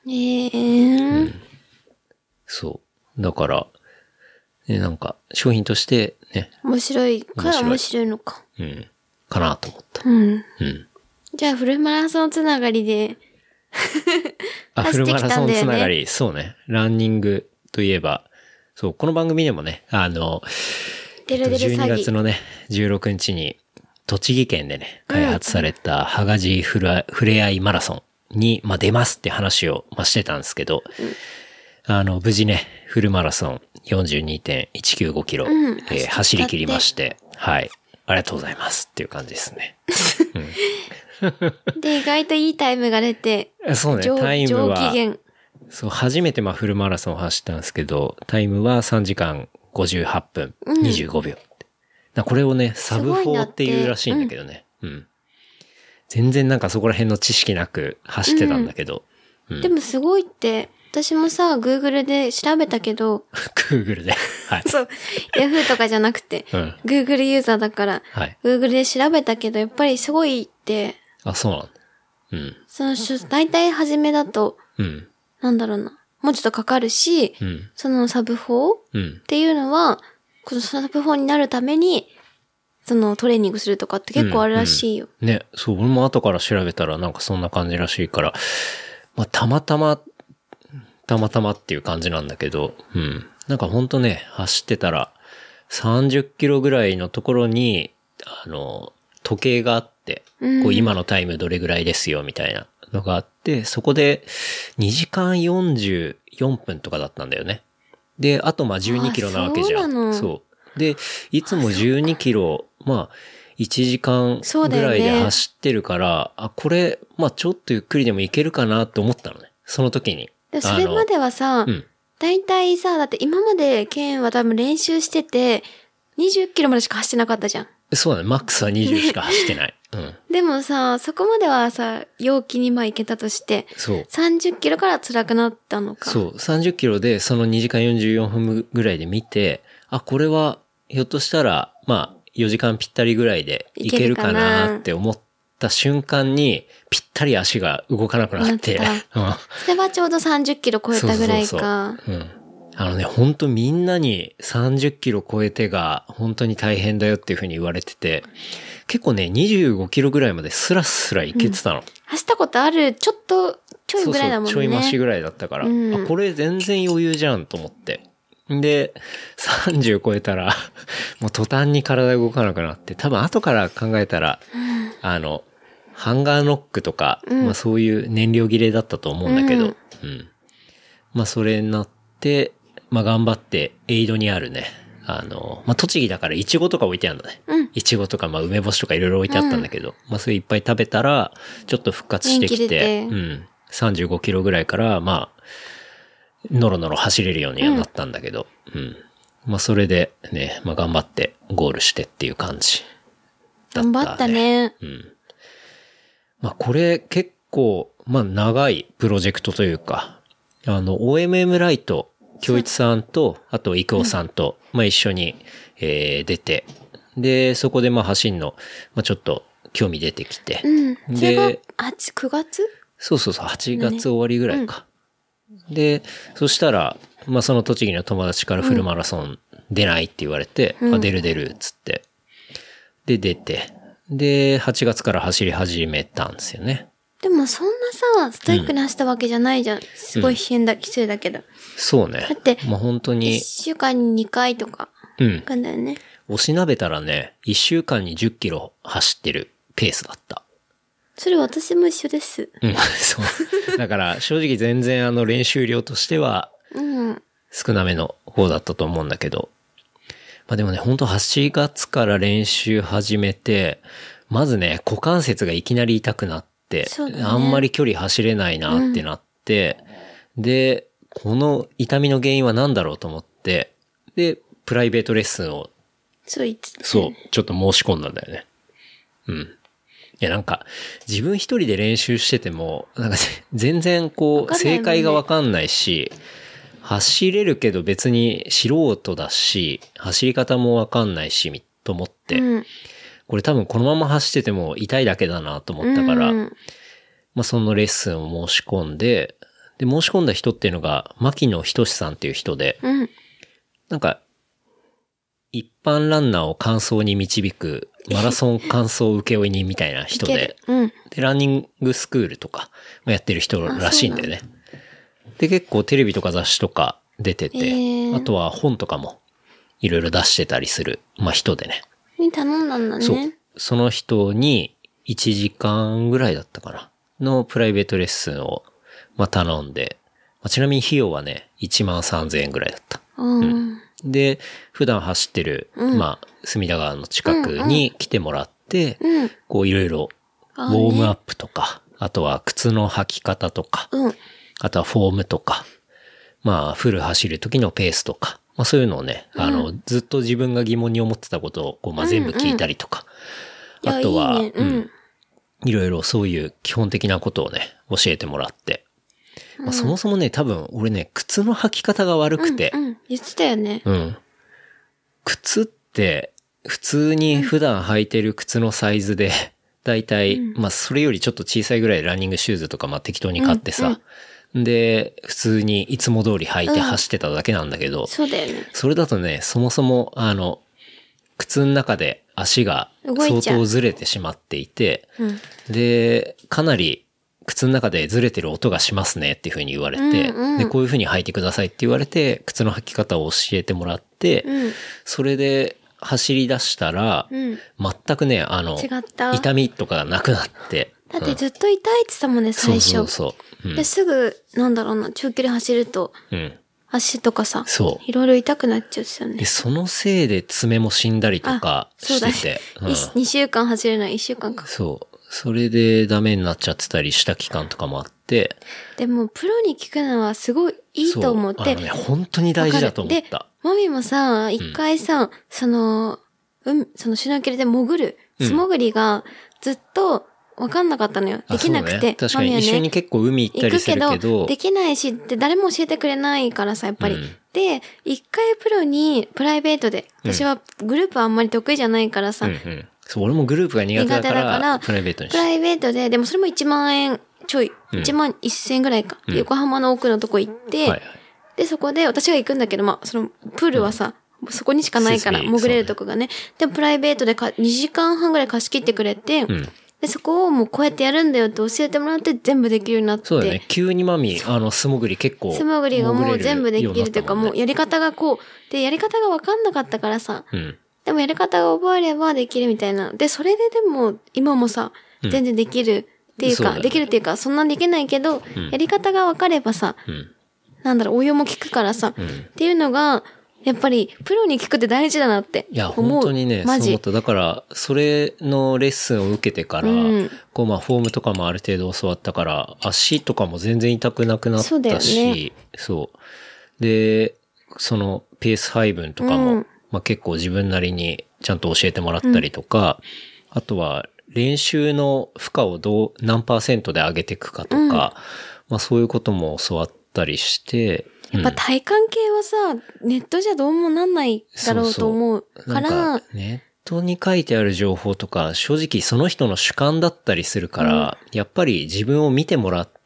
そう。だから、ね、なんか、商品としてね。 面白いから面白いのか。 うん。かなと思った。 じゃあ、フルマラソンつながりでフルマラソンつながり、そうね。ランニングといえば、そう、この番組でもね、12月のね、16日に、栃木県でね、開発されたハガジふれあいマラソンに、出ますって話を、してたんですけど、無事ね、フルマラソン 42.195 キロ、走り切りまして、はい。ありがとうございますっていう感じですね。 で、意外といいタイムが出て、 そうね、タイムは、 上機嫌。 そう、初めてフルマラソンを走ったんですけど、タイムは3時間58分25秒。これをね、サブ4っていうらしいんだけどね。全然なんかそこら辺の知識なく走ってたんだけど。 でもすごいって、私もさ、Google で調べたけど。 Google で。はい。 そう。Yahoo とかじゃなくて、Google ユーザーだから、Google で調べたけど、やっぱりすごいって。 あ、そうなんだ。 大体初めだと、なんだろうな。もうちょっとかかるし、そのサブ4っていうのは、このサブ4になるために、そのトレーニングするとかって結構あるらしいよ。 ね、そう、俺も後から調べたらなんかそんな感じらしいから、たまたまっていう感じなんだけど、なんかほんとね、走ってたら、30キロぐらいのところに、時計があって、こう今のタイムどれぐらいですよ、みたいなのがあって、そこで2時間44分とかだったんだよね。で、あと12キロなわけじゃん。そう。で、いつも12キロ、1時間ぐらいで走ってるから、これ、ちょっとゆっくりでもいけるかなって思ったのね。その時に。 でそれまではさ、大体さ、だって今までケンは多分練習してて、20キロまでしか走ってなかったじゃん。 そうだね。マックスは20しか走ってない。 でもさ、そこまではさ、陽気に行けたとして、 そう。 30キロから辛くなったのか。 そう。30キロでその2時間44分ぐらいで見て、これはひょっとしたら、4時間ぴったりぐらいでいけるかなって思った瞬間に、ぴったり足が動かなくなって。 それはちょうど30キロ超えたぐらいか。 本当みんなに30キロ超えてが本当に大変だよっていう風に言われてて、結構ね、25キロぐらいまでスラスラいけてたの。 走ったことある、ちょいぐらいだもんね。 ちょい増しぐらいだったから、これ全然余裕じゃんと思って。で、30超えたら、もう途端に体動かなくなって、多分後から考えたら、ハンガーノックとか、そういう燃料切れだったと思うんだけど、それになって、頑張って、エイドにあるね、栃木だからイチゴとか置いてあるのね。イチゴとか、梅干しとかいろいろ置いてあったんだけど、それいっぱい食べたら、ちょっと復活してきて、35キロぐらいから、ノロノロ走れるようにはなったんだけど、それでね、頑張ってゴールしてっていう感じだったね。 頑張ったね。 これ結構、長いプロジェクトというか、OMM ライト、京一さんと、あと、郁夫さんと、一緒に、出て、で、そこで走んの、ちょっと興味出てきて。 で、9月？ そう、8月終わりぐらいか。で、そしたら、その栃木の友達からフルマラソン出ないって言われて、出る、つって。で、出て。で、8月から走り始めたんですよね。 でもそんなさ、ストイックに走ったわけじゃないじゃん。すごいきついだけど。 そうね。 だって、 本当に。 1週間に2回とか。なんだよね。 押しなべたらね、1週間に10キロ走ってるペースだった。 それ私も一緒です。 そう。だから正直全然練習量としては、少なめの方だったと思うんだけど。でもね、本当8月から練習始めて、まずね、股関節がいきなり痛くなって、あんまり距離走れないなってなって、で、この痛みの原因は何だろうと思って、で、プライベートレッスンを、そう、ちょっと申し込んだんだよね。いやなんか、自分一人で練習してても、なんか全然正解がわかんないし、 走れるけど別に素人だし、走り方もわかんないし、と思って、これ多分このまま走ってても痛いだけだなと思ったから、まあそのレッスンを申し込んで、で、申し込んだ人っていうのが、牧野仁さんっていう人で、なんか、一般ランナーを完走に導くマラソン完走請負人みたいな人で、で、ランニングスクールとかやってる人らしいんだよね。で、結構テレビとか雑誌とか出てて、あとは本とかもいろいろ出してたりする、まあ人でね。 に頼んだんだね。 そう。その人に1時間ぐらいだったかなのプライベートレッスンを、まあ頼んで、まあ、ちなみに費用はね、13,000円ぐらいだった。で、普段走ってる、まあ、隅田川の近くに来てもらって、こういろいろ、ウォームアップとか、あとは靴の履き方とか、あとはフォームとか、まあ、フル走る時のペースとか、まあそういうのをね、ずっと自分が疑問に思ってたことを、こう、まあ全部聞いたりとか、あとは、いろいろそういう基本的なことをね、教えてもらって、まあ、そもそもね、多分俺ね、靴の履き方が悪くて。 言ってたよね。 靴って、普通に普段履いてる靴のサイズで、だいたい、まあそれよりちょっと小さいぐらいランニングシューズとかまあ適当に買ってさ、で、普通にいつも通り履いて走ってただけなんだけど、 そうだよね。 それだとね、そもそも靴の中で足が相当ずれてしまっていて、で、かなり、靴の中でずれてる音がしますねっていう風に言われて、で、こういう風に履いてくださいって言われて、靴の履き方を教えてもらって、それで走り出したら、全くね、痛みとかがなくなって。 だってずっと痛いって言ってたもんね、最初。 そう。 で、すぐ、なんだろうな、長距離走ると、足とかさ、いろいろ痛くなっちゃうんですよね。 で、そのせいで爪も死んだりとかしてて。 2週間走れない、1週間か。 そう。それでダメになっちゃってたりした期間とかもあって。 でも、プロに聞くのはすごいいいと思って。 本当に大事だと思った。 で、マミもさ、一回さ、そのシュノーケルで潜る、素潜りがずっとわかんなかったのよ。できなくて。 確かに一緒に結構海行ったりするけど。 できないし、で、誰も教えてくれないからさ、やっぱり。で、一回プロにプライベートで、私はグループはあんまり得意じゃないからさ、 そう、俺もグループが苦手だから、プライベートにして。 プライベートで、でもそれも1万円ちょい、1万1000円ぐらいか。横浜の奥のとこ行って、で、そこで私が行くんだけど、まあ、その、プールはさ、そこにしかないから、潜れるとこがね。でもプライベートで2時間半ぐらい貸し切ってくれて、で、そこをもうこうやってやるんだよって教えてもらって全部できるようになって。 そうだね。急にマミ、素潜り結構。 素潜りがもう全部できるというか、もうやり方がこう、で、やり方がわかんなかったからさ、でもやり方が覚えればできるみたいな。で、それででも、今もさ、全然できるっていうか、できるっていうか、そんなにできないけど、やり方がわかればさ、なんだろう、応用も効くからさ、っていうのが、やっぱり、プロに聞くって大事だなって思う。 いや、本当にね、そう思った。だから、それのレッスンを受けてから、こう、まあ、フォームとかもある程度教わったから、足とかも全然痛くなくなったし、そう。で、その、ペース配分とかも、まあ、結構自分なりにちゃんと教えてもらったりとか、あとは、練習の負荷を何%で上げていくかとか、まあ、そういうことも教わったりして、 やっぱ体感系はさ、ネットじゃどうもなんないだろうと思うから、 なんかネットに書いてある情報とか、正直その人の主観だったりするから、やっぱり自分を見てもらって、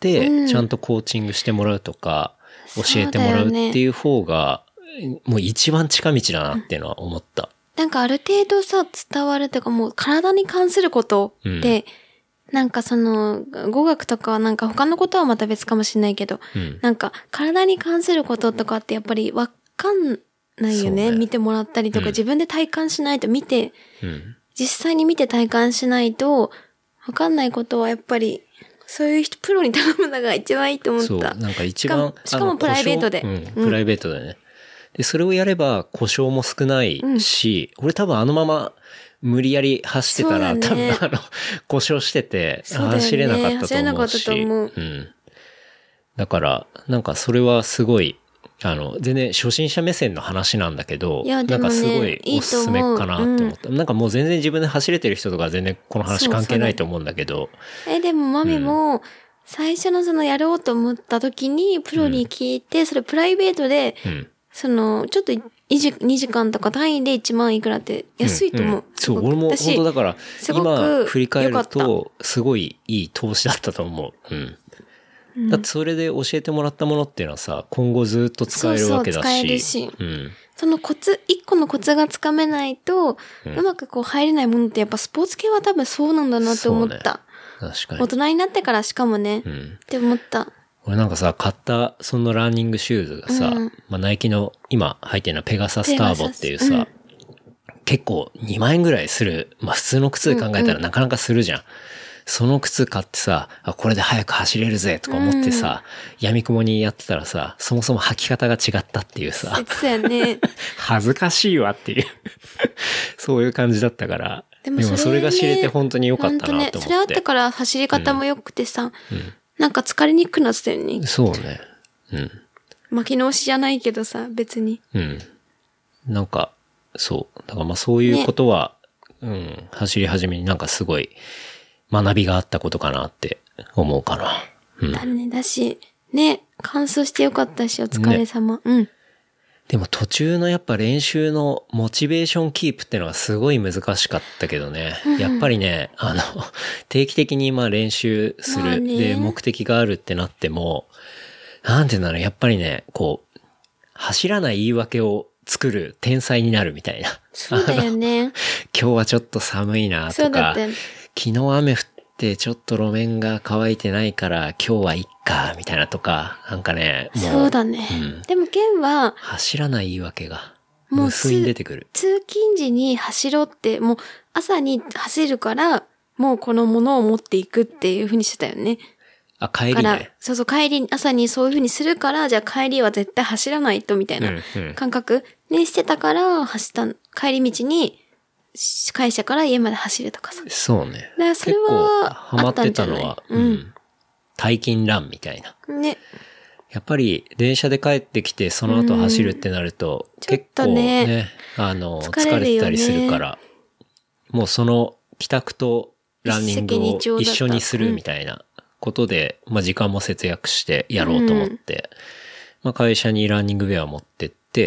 ちゃんとコーチングしてもらうとか、教えてもらうっていう方が、もう一番近道だなっていうのは思った。 なんかある程度さ、伝わるというかもう体に関することで、なんかその、語学とかはなんか他のことはまた別かもしれないけど、なんか体に関することとかってやっぱりわかんないよね。見てもらったりとか、自分で体感しないと見て、実際に見て体感しないと、わかんないことはやっぱり、そういう人、プロに頼むのが一番いいと思った。 そう、なんか一番、 しかもプライベートで。 プライベートでね。で、それをやれば故障も少ないし、俺多分あのまま、無理やり走ってたら、多分故障してて、走れなかったと思うし。走れなかったと思う。だから、なんかそれはすごい、全然初心者目線の話なんだけど、なんかすごいおすすめかなと思った。なんかもう全然自分で走れてる人とか全然この話関係ないと思うんだけど。 でもマミも、 最初のそのやろうと思った時にプロに聞いて、それプライベートで、その、ちょっと2時間とか単位で1万いくらって安いと思う。 そう、俺も本当だから、今振り返ると、すごいいい投資だったと思う。だってそれで教えてもらったものっていうのはさ、今後ずっと使えるわけだし。 使えるし。その一個のコツがつかめないと、うまくこう入れないものってやっぱスポーツ系は多分そうなんだなって思った。 確かに。 大人になってからしかもね、って思った。 俺なんかさ、買ったそのランニングシューズがさ、ナイキの今履いてるのはペガサスターボっていうさ、結構2万円ぐらいする、普通の靴で考えたらなかなかするじゃん。その靴買ってさ、これで早く走れるぜとか思ってさ、闇雲にやってたらさ、そもそも履き方が違ったっていうさ、 そうやね、 恥ずかしいわっていうそういう感じだったから、でもそれが知れて本当に良かったなと思って。 それあってから走り方も良くてさ、なんか疲れにくくなってたよね。 そうね。 巻き直しじゃないけどさ、別に。 なんか、そう。だからそういうことは、走り始めになんかすごい学びがあったことかなって思うかな。 だね、だし、ね、完走してよかったし、お疲れ様。 でも途中のやっぱ練習のモチベーションキープってのがすごい難しかったけどね。やっぱりね、定期的に練習する、で、目的があるってなっても、なんていうんだろう、やっぱりね、こう、走らない言い訳を作る天才になるみたいな。 そうだよね。 今日はちょっと寒いなとか、昨日雨降ってちょっと路面が乾いてないから今日はいっか、みたいなとか、なんかね、もう。 そうだね。でもケンは、 走らない言い訳が、無数に出てくる。 通勤時に走ろうって、もう朝に走るから、もうこのものを持っていくっていう風にしてたよね。 帰りね。 そう、帰り、朝にそういう風にするから、じゃあ帰りは絶対走らないと、みたいな感覚にしてたから、帰り道に、会社から家まで走るとかさ。 そうね。 だからそれは、 ハマってたのは、退勤ランみたいな。 ね。 やっぱり電車で帰ってきてその後走るってなると、結構ね、疲れてたりするから、もうその帰宅とランニングを一緒にするみたいなことで、時間も節約してやろうと思って、会社にランニングウェアを持ってって、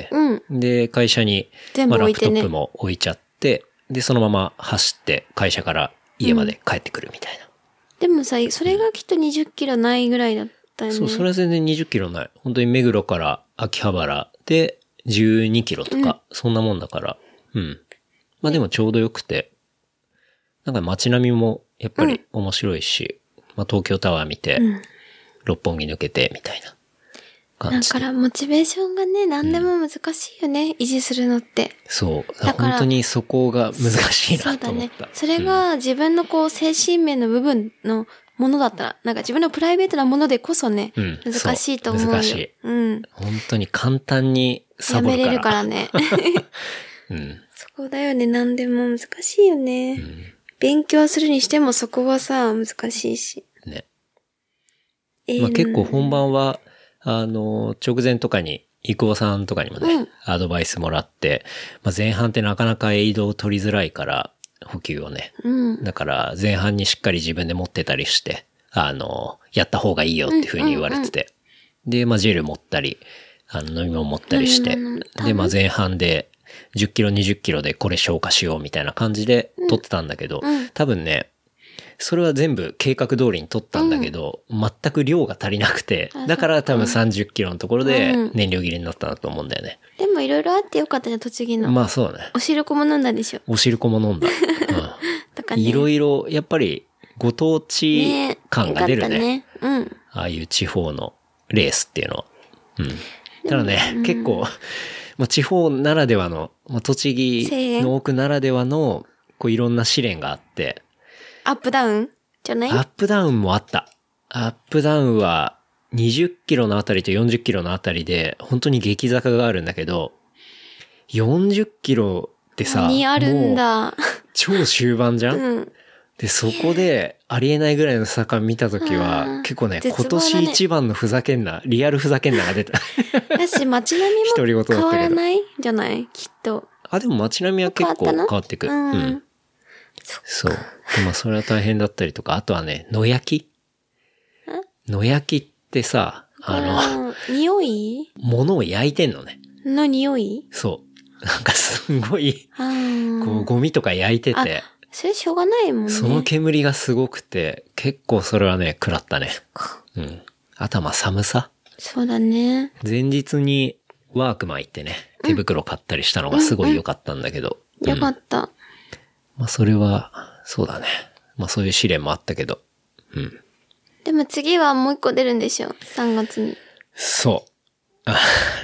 で、会社にラップトップも置いちゃって、で、そのまま走って会社から家まで帰ってくるみたいな。 でもさ、それがきっと20キロないぐらいだったよね。 そう、それは全然20キロない。本当に目黒から秋葉原で12キロとか、そんなもんだから。でもちょうどよくて、なんか街並みもやっぱり面白いし、東京タワー見て、六本木抜けてみたいな感じ。 だからモチベーションがね、何でも難しいよね、維持するのって。 そう。だから本当にそこが難しいなと思った。 そうだね。それが自分の精神面の部分のものだったら、なんか自分のプライベートなものでこそね、難しいと思うよ。 難しい。本当に簡単にサボるから。 やめれるからね。そこだよね、何でも難しいよね。勉強するにしてもそこはさ、難しいし。 ね。結構本番は、直前とかに、伊藤さんとかにもね、アドバイスもらって、前半ってなかなかエイドを取りづらいから、補給をね。だから前半にしっかり自分で持ってたりして、やった方がいいよっていう風に言われてて。で、ジェル持ったり、飲み物持ったりして。で、前半で10キロ、20キロでこれ消化しようみたいな感じで取ってたんだけど、多分ね、それは全部計画通りに取ったんだけど、全く量が足りなくて、だから多分30キロのところで燃料切れになったなと思うんだよね。 でもいろいろあってよかったね、栃木の。 そうだね。 お汁粉も飲んだでしょ。 お汁粉も飲んだ。いろいろ、やっぱりご当地感が出るね。ああいう地方のレースっていうのは。ただね、結構、地方ならではの、栃木の奥ならではの、いろんな試練があって、 アップダウンじゃない？ アップダウンもあった。アップダウンは20キロのあたりと40キロのあたりで本当に激坂があるんだけど、40キロってさ、 何あるんだ。 もう超終盤じゃん、で、そこでありえないぐらいの坂見たときは、結構ね、今年一番のふざけんな、リアルふざけんなが出た。 だし、街並みも変わらないじゃないきっと。 でも街並みは結構変わってく。そう。でそれは大変だったりとか、あとはね、野焼き野焼きってさ、 匂い物を焼いてんのね。 の匂いそう。なんかすんごい、こうゴミとか焼いてて。 それしょうがないもんね。 その煙がすごくて、結構それはね、食らったね。うん。あとはまあ寒さ。 そうだね。 前日にワークマン行ってね、手袋買ったりしたのがすごい良かったんだけど。 よかった。 まあそれは、そうだね。まあそういう試練もあったけど。うん。 でも次はもう一個出るんでしょ ?3 月に。 そう。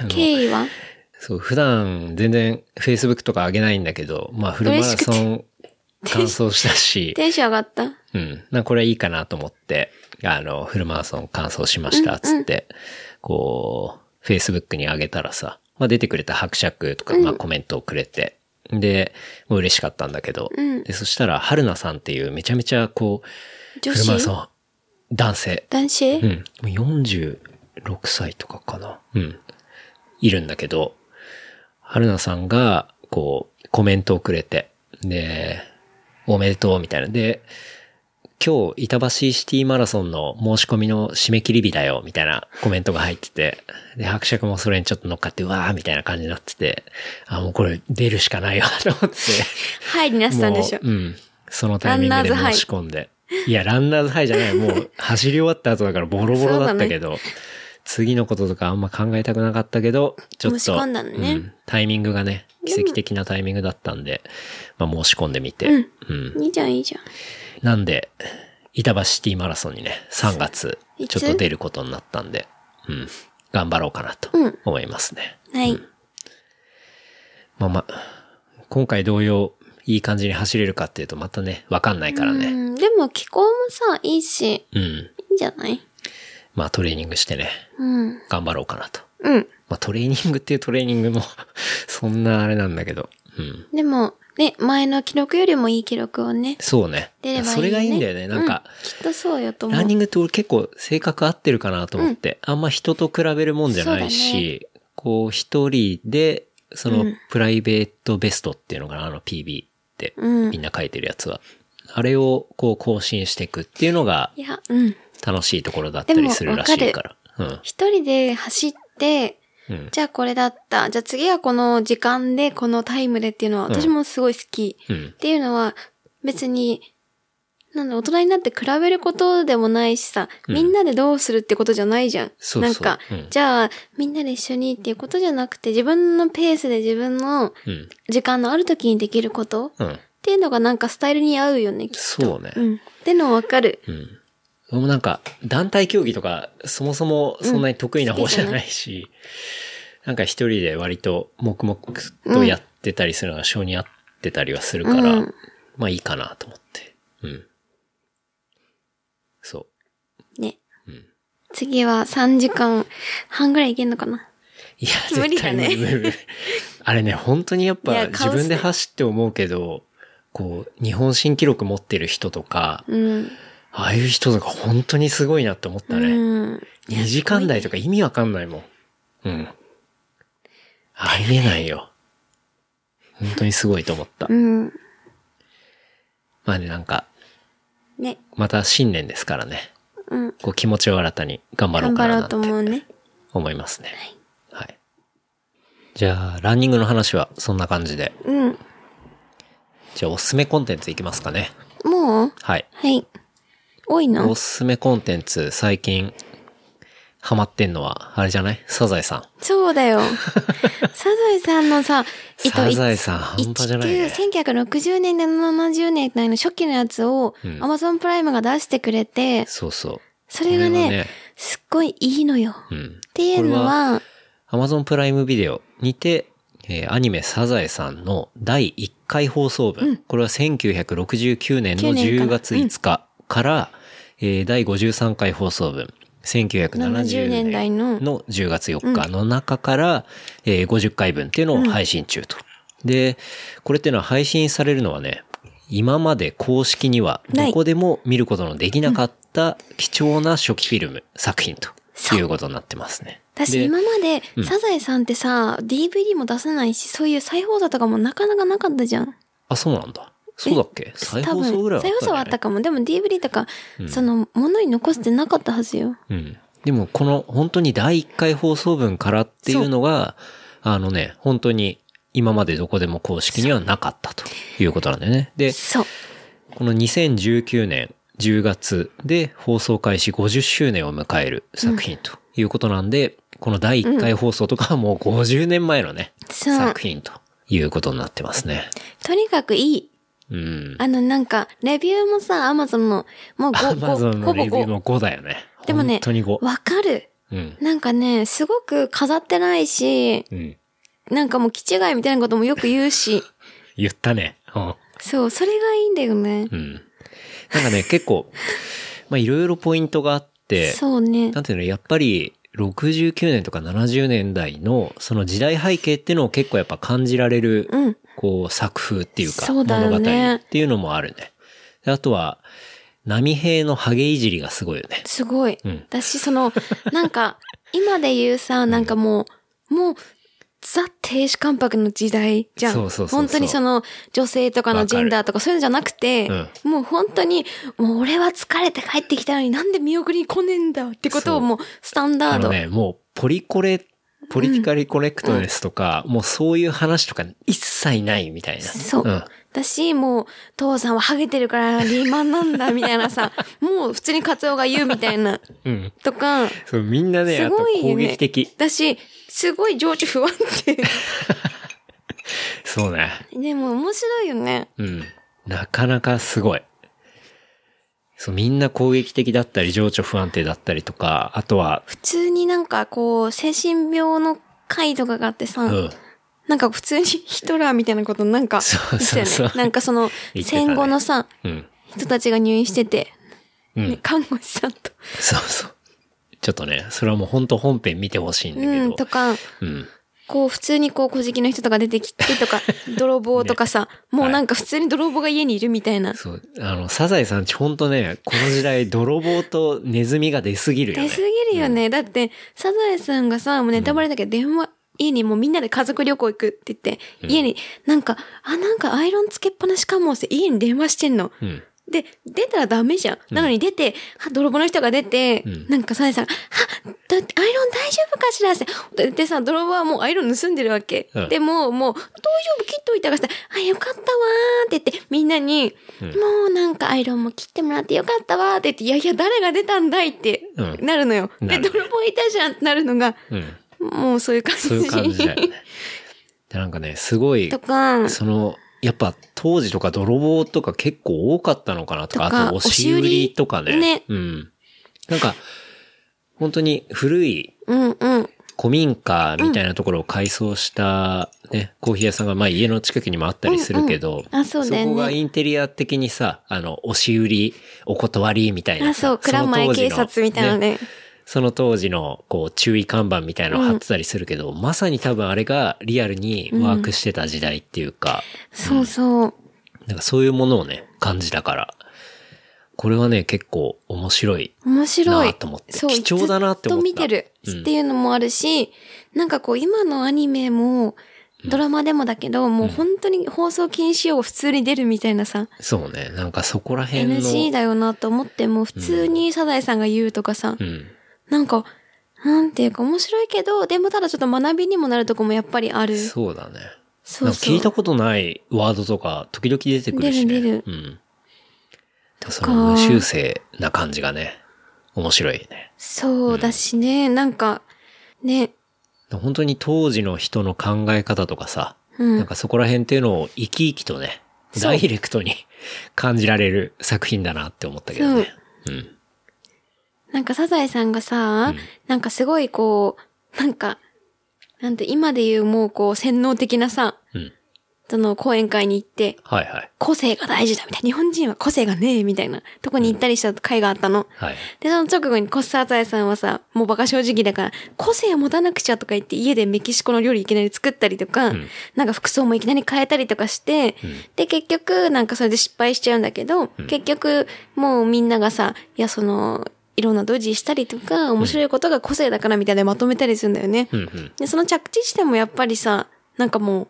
経緯はそう、普段全然 Facebook とか上げないんだけど、まあフルマラソン完走したし。 テンション上がった。 うん。これはいいかなと思って、フルマラソン完走しました、つって、こう、Facebook に上げたらさ、まあ出てくれた伯爵とか、まあコメントをくれて、で、もう嬉しかったんだけど、で、そしたら、春菜さんっていうめちゃめちゃこう、フルマラソン、男性。 男性うん。もう46歳とかかな。うん。いるんだけど、春菜さんが、こう、コメントをくれて、で、おめでとうみたいな。で、今日、板橋シティマラソンの申し込みの締め切り日だよ、みたいなコメントが入ってて、で、伯爵もそれにちょっと乗っかって、うわーみたいな感じになってて、もうこれ出るしかないよ、と思って。 はいになってたんでしょ。 うん。そのタイミングで申し込んで。いや、ランナーズハイじゃない。もう、走り終わった後だからボロボロだったけど、次のこととかあんま考えたくなかったけど、ちょっと、 申し込んだのね、 うん、タイミングがね、奇跡的なタイミングだったんで、まあ申し込んでみて。 うん。いいじゃん、いいじゃん。 なんで、板橋シティマラソンにね、3月、ちょっと出ることになったんで、うん。頑張ろうかなと思いますね。 はい。 まあ、今回同様、いい感じに走れるかっていうとまたね、わかんないからね。 でも気候もさ、いいし、 いいんじゃない？ まあトレーニングしてね、頑張ろうかなと。まあトレーニングっていうトレーニングも、そんなあれなんだけど。 でも、ね、前の記録よりもいい記録をね。 そうね。 出ればいいね。 それがいいんだよね。なんか、 きっとそうよと思う。 ランニングって俺結構性格合ってるかなと思って、あんま人と比べるもんじゃないし、こう一人で、そのプライベートベストっていうのかな、PB って、みんな書いてるやつは。あれをこう更新していくっていうのが、楽しいところだったりするらしいから。 一人で走って、じゃあこれだった。じゃあ次はこの時間で、このタイムでっていうのは私もすごい好き。っていうのは別に、大人になって比べることでもないしさ、みんなでどうするってことじゃないじゃん。なんか、じゃあみんなで一緒にっていうことじゃなくて、自分のペースで自分の時間のある時にできることっていうのがなんかスタイルに合うよね、きっと。 そうね。 ってのわかる。 でもなんか、団体競技とか、そもそもそんなに得意な方じゃないし、なんか一人で割と黙々とやってたりするのが性に合ってたりはするから、まあいいかなと思って。そう。 ね。次は3時間半ぐらいいけんのかな？ いや、絶対無理。無理だね。あれね、本当にやっぱ自分で走って思うけど、こう、日本新記録持ってる人とか、ああいう人とか本当にすごいなって思ったね。2時間台とか意味わかんないもん。ありえないよ。本当にすごいと思った。まあね、なんか、ね。また新年ですからね。こう気持ちを新たに頑張ろうかななんて思いますね。はい。じゃあ、ランニングの話はそんな感じで。じゃあ、おすすめコンテンツいきますかね。 もう？ はい。 はい。多いの？ おすすめコンテンツ、最近、ハマってんのは、あれじゃない？サザエさん。 そうだよ。サザエさんのさ、 サザエさん、半端じゃないね。 1960年代、70年代の初期のやつを、Amazon プライムが出してくれて、 そうそう。 それがね、すっごいいいのよ。っていうのは、 Amazon プライムビデオにて、アニメサザエさんの第1回放送分。これは1969年の10月5日から、第53回放送分。1970年代の10月4日の中から、50回分っていうのを配信中と。で、これっていうのは配信されるのはね、今まで公式にはどこでも見ることのできなかった貴重な初期フィルム作品ということになってますね。 私今までサザエさんってさ、DVD も出せないし、そういう再放送とかもなかなかなかったじゃん。 あ、そうなんだ。 そうだっけ？再放送ぐらいはあったんじゃない？ 再放送はあったかも。でも DVD とか、ものに残してなかったはずよ。 うん。でもこの本当に第1回放送分からっていうのが、本当に今までどこでも公式にはなかったということなんだよね。で、この2019年10月で放送開始50周年を迎える作品ということなんで、この第1回放送とかはもう50年前のね、作品ということになってますね。 とにかくいい。 うん。 なんか、レビューもさ、アマゾンの、もう5、 アマゾンのレビューも5だよね。 でもね、 本当に5。 わかる。うん。なんかね、すごく飾ってないし、うん。なんかもう気違いみたいなこともよく言うし。 言ったね。うん。 そう、それがいいんだよね。 うん。なんかね、結構、まあいろいろポイントがあって、 そうね。 なんていうの、やっぱり、69年とか70年代のその時代背景っていうのを結構やっぱ感じられる、うん、こう作風っていうか、物語っていうのもあるね。あとは、波平のハゲいじりがすごいよね。 すごい。うん、私なんか、今で言うさ、なんかもう、ザ・亭主関白の時代じゃん。そう本当に女性とかのジェンダーとかそういうのじゃなくて、もう本当に、もう俺は疲れて帰ってきたのになんで見送りに来ねえんだってことをもうスタンダード。 もうポリティカリコネクトネスとか、もうそういう話とか一切ないみたいな。 そう。だし、もう、父さんはハゲてるからリーマンなんだみたいなさ、もう普通にカツオが言うみたいな。うん。とか。 そう、みんなね、あと攻撃的。 だし、すごい情緒不安定。 そうね。 でも面白いよね。 うん。なかなかすごい。そう、みんな攻撃的だったり、情緒不安定だったりとか、あとは。 普通になんかこう、精神病の回とかがあってさ、なんか普通にヒトラーみたいなことなんか、 そう。 なんか戦後のさ、人たちが入院してて、看護師さんと。 そう。ちょっとね、それはもう本当本編見てほしいんだけど。 とか、こう普通にこう小じきの人とか出てきてとか、泥棒とかさ、もうなんか普通に泥棒が家にいるみたいな。 そう。サザエさんちほんとね、この時代泥棒とネズミが出すぎるよね。 出すぎるよね。だって、サザエさんがさ、もうネタバレだけど家にもうみんなで家族旅行行くって言って、家になんかアイロンつけっぱなしかもって家に電話してんの。で、出たらダメじゃん。なのに出て、泥棒の人が出て、なんかサザエさんが、アイロン大丈夫かしらって。でさ、泥棒はもうアイロン盗んでるわけ。でも、大丈夫切っといたからさ、よかったわーって言って、みんなに、もうなんかアイロンも切ってもらってよかったわーって言って、いや、誰が出たんだいってなるのよ。で、泥棒いたじゃんってなるのが、もうそういう感じ。 そういう感じだよね。で、なんかね、すごい、やっぱ当時とか泥棒とか結構多かったのかなとか、あと押し売りとかね。 ね。 うん。なんか、本当に古い、古民家みたいなところを改装したね、コーヒー屋さんがまあ家の近くにもあったりするけど、 そうだよね。 そこがインテリア的にさ、押し売り、お断りみたいな。 そう、蔵前警察みたいなね。 その当時のこう注意看板みたいなのを貼ってたりするけど、まさに多分あれがリアルにワークしてた時代っていうか。 そうそう。 なんかそういうものをね、感じたから。これはね、結構面白いなと思って。 そう、 貴重だなって思った。 ずっと見てるっていうのもあるし、なんかこう今のアニメも、ドラマでもだけど、もう本当に放送禁止用語普通に出るみたいなさ。 そうね。なんかそこら辺の。 NG だよなと思っても、普通にサザエさんが言うとかさ。なんか、なんていうか面白いけど、でもただちょっと学びにもなるとこもやっぱりある。 そうだね。そう。聞いたことないワードとか時々出てくるしね。 出る。 その無修正な感じがね、面白いね。 そうだしね、なんか、ね。 本当に当時の人の考え方とかさ、なんかそこら辺っていうのを生き生きとね、ダイレクトに感じられる作品だなって思ったけどね。 なんかサザエさんがさ、なんかすごいこう、なんか、なんて今で言うもうこう洗脳的なさ、その講演会に行って、個性が大事だみたいな。日本人は個性がねえみたいなとこに行ったりした回があったの。で、その直後にサザエさんはさ、もうバカ正直だから、個性を持たなくちゃとか言って家でメキシコの料理いきなり作ったりとか、なんか服装もいきなり変えたりとかして、で、結局なんかそれで失敗しちゃうんだけど、結局もうみんながさ、いやいろんなドジしたりとか、面白いことが個性だからみたいなまとめたりするんだよね。で、その着地地点もやっぱりさ、なんかもう、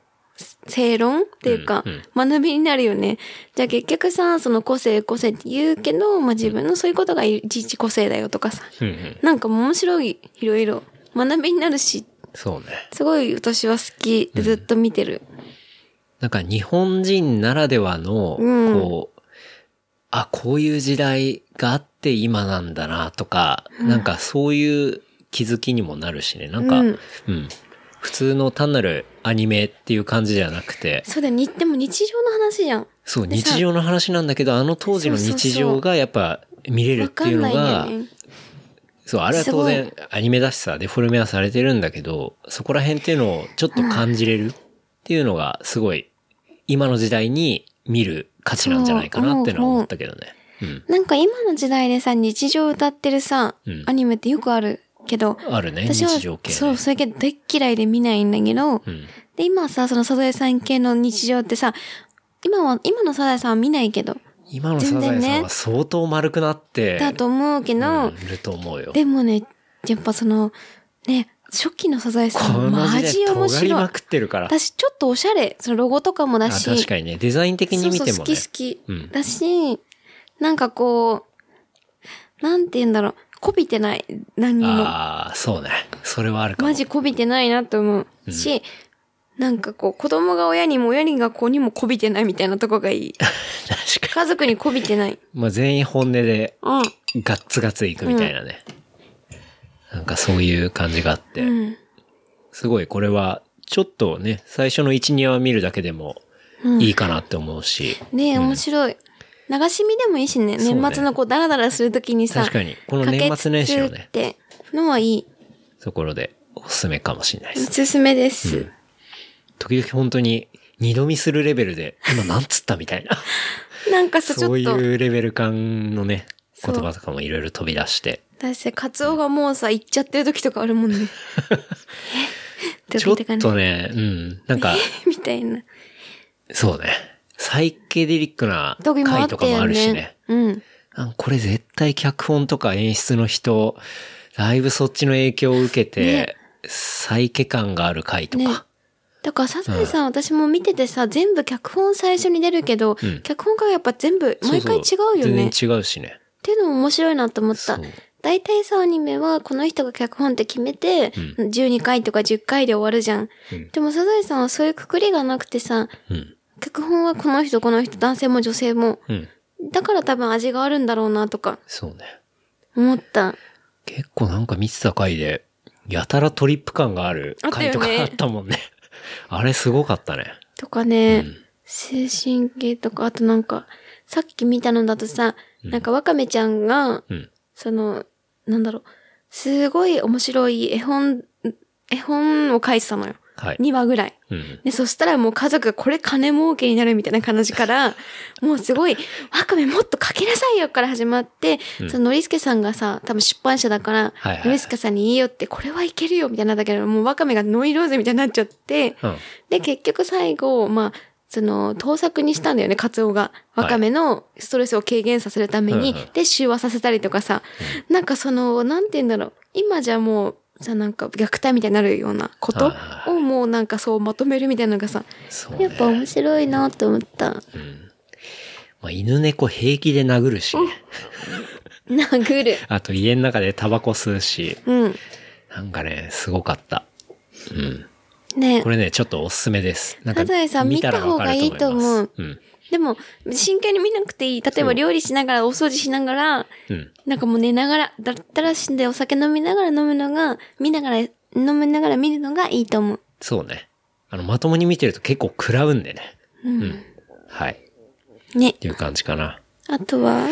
正論っていうか、学びになるよね。じゃあ結局さ、その個性って言うけど、まあ自分のそういうことがいちいち個性だよとかさ。なんか面白い、いろいろ学びになるし。 そうね。 すごい私は好きでずっと見てる。 なんか日本人ならではの、こう、こういう時代があって今なんだなとか、なんかそういう気づきにもなるしね。なんか、普通の単なるアニメっていう感じじゃなくて。 そうだよ、でも日常の話じゃん。 そう、日常の話なんだけど、あの当時の日常がやっぱ見れるっていうのが、そう、あれは当然アニメだしさ、デフォルメはされてるんだけど、そこら辺っていうのをちょっと感じれるっていうのがすごい、今の時代に見る価値なんじゃないかなってのは思ったけどね。 なんか今の時代でさ、日常歌ってるさ、アニメってよくあるけど。 あるね、 私は日常系、ね。 そう、それけど大っ嫌いで見ないんだけど、で、今さ、そのサザエさん系の日常ってさ、今のサザエさんは見ないけど。 今のサザエさんは相当丸くなって。 だと思うけど、 いると思うよ。 でもね、やっぱその、ね、初期のサザエさんマジ面白い。 尖りまくってるから。 私ちょっとおしゃれ、そのロゴとかもだし。 確かにね、デザイン的に見てもね。 そう好き。だし、なんかこう、なんて言うんだろう、こびてない、何にも。 そうね。それはあるかも。 マジこびてないなと思うし、なんかこう、子供が親にも親が子にもこびてないみたいなとこがいい。 確かに。 家族にこびてない。 まあ全員本音で、ガッツガツいくみたいなね。なんかそういう感じがあって。すごいこれは、ちょっとね、最初の1、2話見るだけでもいいかなって思うし。 ねえ、面白い。流し見でもいいしね。年末のこうダラダラするときにさ。 確かに。この年末年始のね。 ってのはいい。 ところでおすすめかもしれないです。 おすすめです。 時々本当に二度見するレベルで、今なんつったみたいな。 なんかさ、ちょっと。 そういうレベル感のね、言葉とかもいろいろ飛び出して。 だして、カツオがもうさ、行っちゃってる時とかあるもんね。 ちょっとね、なんか。 みたいな。 そうね。サイケデリックな回とかもあるしね。これ絶対脚本とか演出の人、だいぶそっちの影響を受けて、サイケ感がある回とか。 だからサザエさん、私も見ててさ、全部脚本最初に出るけど、脚本がやっぱ全部毎回違うよね。 全然違うしね。 っていうのも面白いなと思った。大体さ、アニメはこの人が脚本って決めて、12回とか10回で終わるじゃん。でもサザエさんはそういうくくりがなくてさ、脚本はこの人、男性も女性も。だから多分味があるんだろうなとか。 そうね。 思った。 結構なんか見てた回で、やたらトリップ感がある回とかあったもんね。あれすごかったね。 とかね、精神系とか、あとなんか、さっき見たのだとさ、なんかワカメちゃんが、その、なんだろう、すごい面白い絵本を書いてたのよ。 はい。 2話ぐらい。で、そしたらもう家族がこれ金儲けになるみたいな感じから、もうすごい、ワカメもっと書きなさいよから始まって、そのノリスケさんがさ、多分出版社だから、ノリスケさんにいいよって、これはいけるよみたいなんだけど、もうワカメがノイローゼみたいになっちゃって、で、結局最後、まあ、その、盗作にしたんだよね、カツオが。ワカメのストレスを軽減させるために、で、収話させたりとかさ、なんかその、なんて言うんだろう、今じゃもう、さ、なんか虐待みたいになるようなことをもうなんかそうまとめるみたいなのがさ、やっぱ面白いなと思った。 まあ、犬猫平気で殴るし、ね。 殴る。 あと家の中でタバコ吸うし、なんかね、すごかった。ね、これね、ちょっとおすすめです。 サザエさん見た方がいいと思う。でも、真剣に見なくていい。例えば料理しながら、お掃除しながら、なんかもう寝ながら、だったら死んでお酒飲みながら飲みながら見るのがいいと思う。 そうね。まともに見てると結構食らうんでね。はい。 ね。 っていう感じかな。 あとは、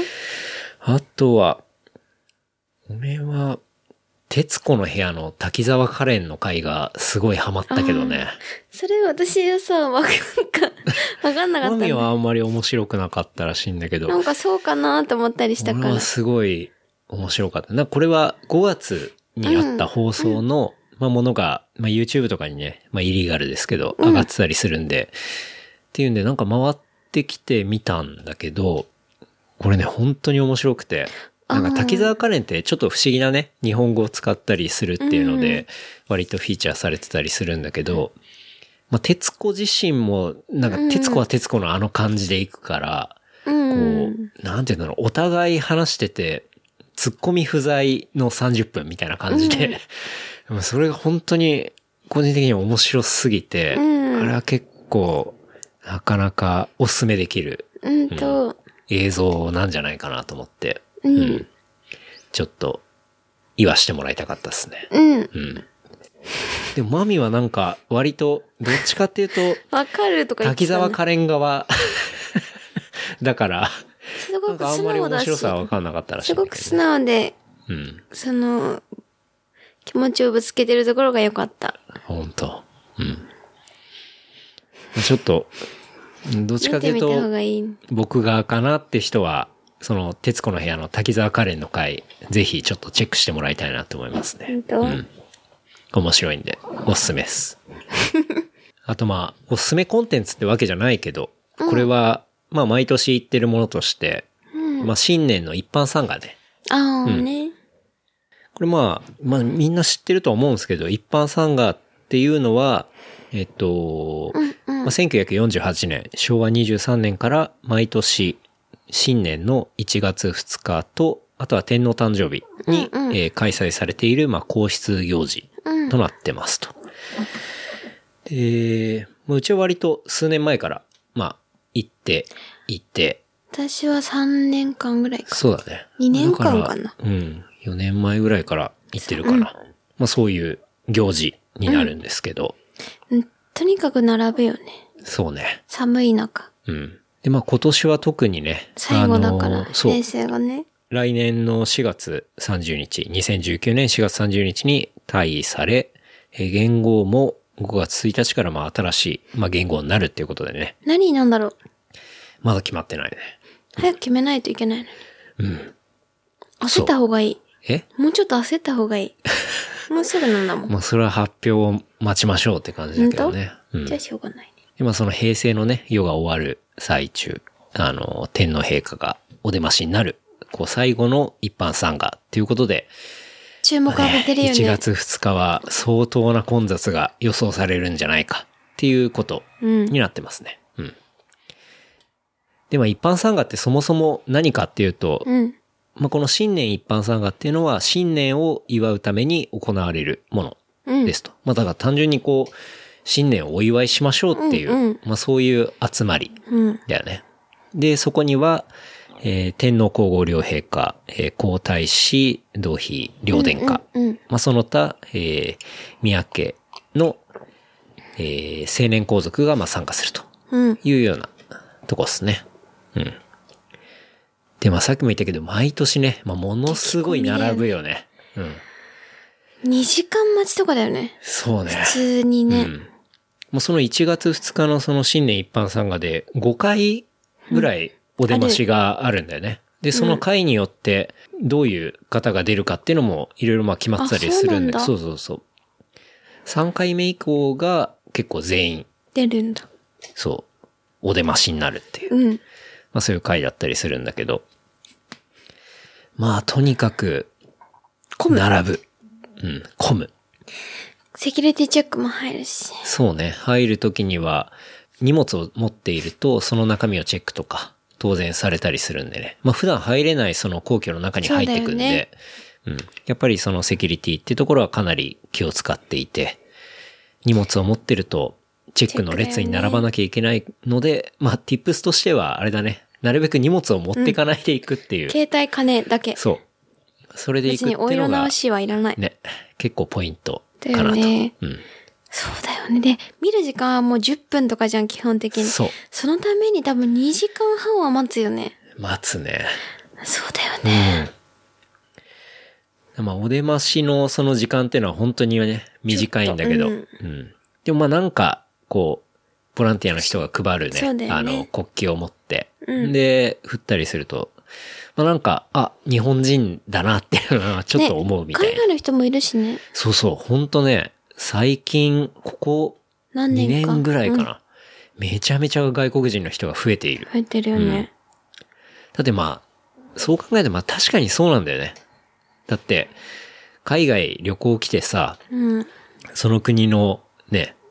俺は、徹子の部屋の滝沢カレンの回がすごいハマったけどね。 それ私はさ、わかんなかった、ね。 マミはあんまり面白くなかったらしいんだけど。 なんかそうかなと思ったりしたから。 俺はすごい面白かった。これは5月にあった放送の、ものが、YouTube とかにね、イリーガルですけど、上がってたりするんで、っていうんでなんか回ってきてみたんだけど、これね、本当に面白くて、なんか滝沢カレンってちょっと不思議なね、日本語を使ったりするっていうので、割とフィーチャーされてたりするんだけど、 まあ、徹子自身も、なんか、徹子は徹子のあの感じでいくから、こう、なんていうんだろう、お互い話してて、ツッコミ不在の30分みたいな感じで、それが本当に、個人的には面白すぎて、あれは結構、なかなかおすすめできる、映像なんじゃないかなと思って、ちょっと言わしてもらいたかったですね。でもマミはなんか割とどっちかっていうとわかるとか言って滝沢カレン側だからすごくあんまり素直だし面白さは分かんなかったらしいすごく素直で、その気持ちをぶつけてるところが良かった。 本当。ちょっとどっちかっていうと僕がかなって人はその徹子の部屋の滝沢カレンの回ぜひちょっとチェックしてもらいたいなと思いますね。面白いんでおすすめです。あとまあおすすめコンテンツってわけじゃないけど、これはまあ毎年言ってるものとして、まあ新年の一般参賀ね。これまあみんな知ってるとは思うんですけど、一般参賀っていうのはまあ、1948年、昭和23年から毎年新年の1月2日と、あとは天皇誕生日に、開催されている、まあ、皇室行事となってますと。うちは割と数年前から、まあ、行って、 私は3年間ぐらいか。 そうだね。 2年間かな。 4年前ぐらいから行ってるかな。まあ、そういう行事になるんですけど。 とにかく並ぶよね。 そうね。 寒い中。 で、まあ今年は特にね。 最後だから、平成がね。 来年の4月30日、2019年4月30日に退位され、元号も5月1日からまあ新しい、まあ元号になるっていうことでね。 何なんだろう。 まだ決まってないね。 早く決めないといけないのに。焦った方がいい。もうちょっと焦った方がいい。もうすぐなんだもん。 まあそれは発表を待ちましょうって感じだけどね。 じゃあしょうがないね。 今その平成のね、世が終わる最中、天皇陛下がお出ましになる、こう最後の一般参賀っていうことで、 注目を浴びてるよね。 1月2日は相当な混雑が予想されるんじゃないかっていうことになってますね。でも一般参賀ってそもそも何かっていうと、まあ、この新年一般参賀っていうのは新年を祝うために行われるものですと。まあだから単純にこう、新年をお祝いしましょうっていう、まあそういう集まりだよね。で、そこには、天皇皇后両陛下、皇太子、同妃、両殿下、まあその他、宮家の、成年皇族がまあ参加するというようなとこですね。で、まあさっきも言ったけど、毎年ね、まあものすごい並ぶよね。 2時間待ちとかだよね。 そうね。 普通にね。 もうその1月2日のその新年一般参賀で5回ぐらいお出ましがあるんだよね。で、その回によってどういう方が出るかっていうのもいろいろまあ決まってたりするんで。そう。3回目以降が結構全員。 出るんだ。 そう。お出ましになるっていう。まあそういう回だったりするんだけど。まあとにかく、並ぶ。混む。 セキュリティチェックも入るし。 そうね。入るときには、荷物を持っていると、その中身をチェックとか、当然されたりするんでね。まあ普段入れないその皇居の中に入ってくんで、やっぱりそのセキュリティっていうところはかなり気を使っていて、荷物を持ってると、チェックの列に並ばなきゃいけないので、まあ tips としてはあれだね。なるべく荷物を持っていかないでいくっていう。 携帯金だけ。 そう。それでいくっていうのが。 別にお色直しはいらない。 ね。結構ポイントかなと。 ね。そうだよね。で、見る時間はもう10分とかじゃん、基本的に。 そう。 そのために多分2時間半は待つよね。 待つね。 そうだよね。 まあ、お出ましのその時間っていうのは本当にね、短いんだけど。でもまあなんか、こう、ボランティアの人が配るね。国旗を持って。で、振ったりすると、まあなんか、日本人だなっていうのはちょっと思うみたいな。 海外の人もいるしね。 そう。ほんとね、最近、ここ2年ぐらいかな。めちゃめちゃ外国人の人が増えている。 増えてるよね。 だってまあ、そう考えてまあ確かにそうなんだよね。だって、海外旅行来てさ、その国のね、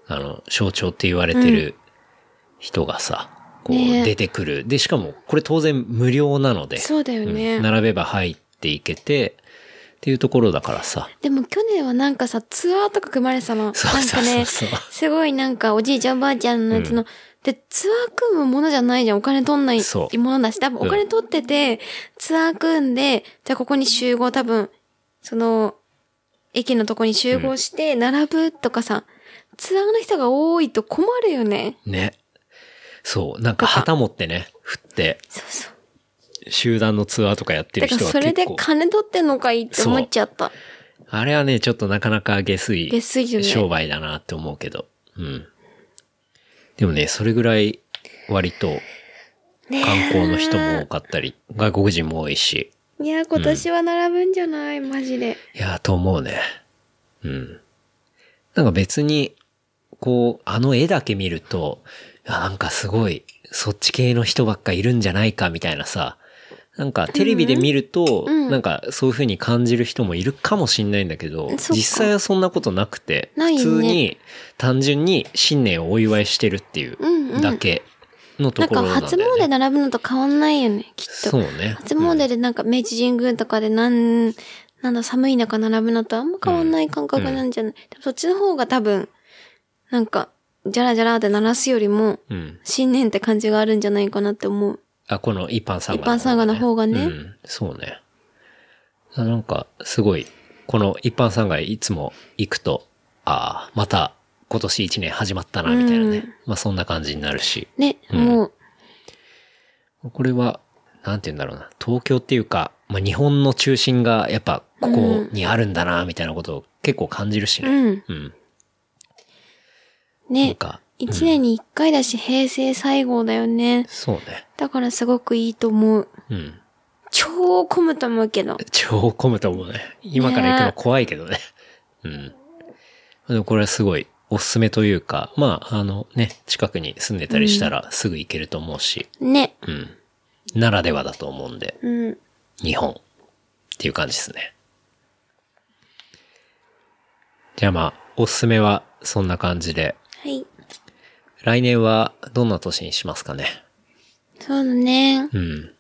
象徴って言われてる人がさ、こう出てくる。で、しかもこれ当然無料なので。 そうだよね。 並べば入っていけて、っていうところだからさ。 でも去年はなんかさ、ツアーとか組まれてたの。なんかね、すごいなんかおじいちゃんおばあちゃんのやつの、で、ツアー組むものじゃないじゃん。お金取んないものだし、多分お金取ってて、ツアー組んで、じゃあここに集合、多分、駅のとこに集合して、並ぶとかさ、ツアーの人が多いと困るよね。 ね。そう。なんか旗持ってね、振って。そうそう。集団のツアーとかやってる人は結構。 それで金取ってんのかいって思っちゃった。 あれはね、ちょっとなかなか下水よね。 商売だなって思うけど。うん。でもね、それぐらい割と観光の人も多かったり、外国人も多いし。 いや、今年は並ぶんじゃない、マジで。 いや、と思うね。うん。なんか別に、こう、絵だけ見ると、なんかすごい、そっち系の人ばっかいるんじゃないかみたいなさ、なんかテレビで見ると、なんかそういう風に感じる人もいるかもしんないんだけど、実際はそんなことなくて、普通に単純に新年をお祝いしてるっていうだけのところなんだよね。 なんか初詣並ぶのと変わんないよね、きっと。 そうね。 初詣でなんか明治神宮とかでなんだ寒い中並ぶのとあんま変わんない感覚なんじゃない、そっちの方が多分、なんか、じゃらじゃらって鳴らすよりも、新年って感じがあるんじゃないかなって思う。 この一般参賀の方がね。 一般参賀の方がね。 そうね。なんか、すごい、この一般参賀いつも行くと、また今年1年始まったな、みたいなね。まあそんな感じになるし。 ね、もう。これは、なんて言うんだろうな。東京っていうか、まあ日本の中心がやっぱここにあるんだな、みたいなことを結構感じるしね。 ね。一年に一回だし、平成最後だよね。 そうね。 だからすごくいいと思う。超混むと思うけど。 超混むと思うね。今から行くの怖いけどね。でもこれはすごいおすすめというか、まあ、ね、近くに住んでたりしたらすぐ行けると思うし。 ね。 ならではだと思うんで。日本っていう感じですね。じゃあまあ、おすすめはそんな感じで。 はい。 来年はどんな年にしますかね。 そうだね。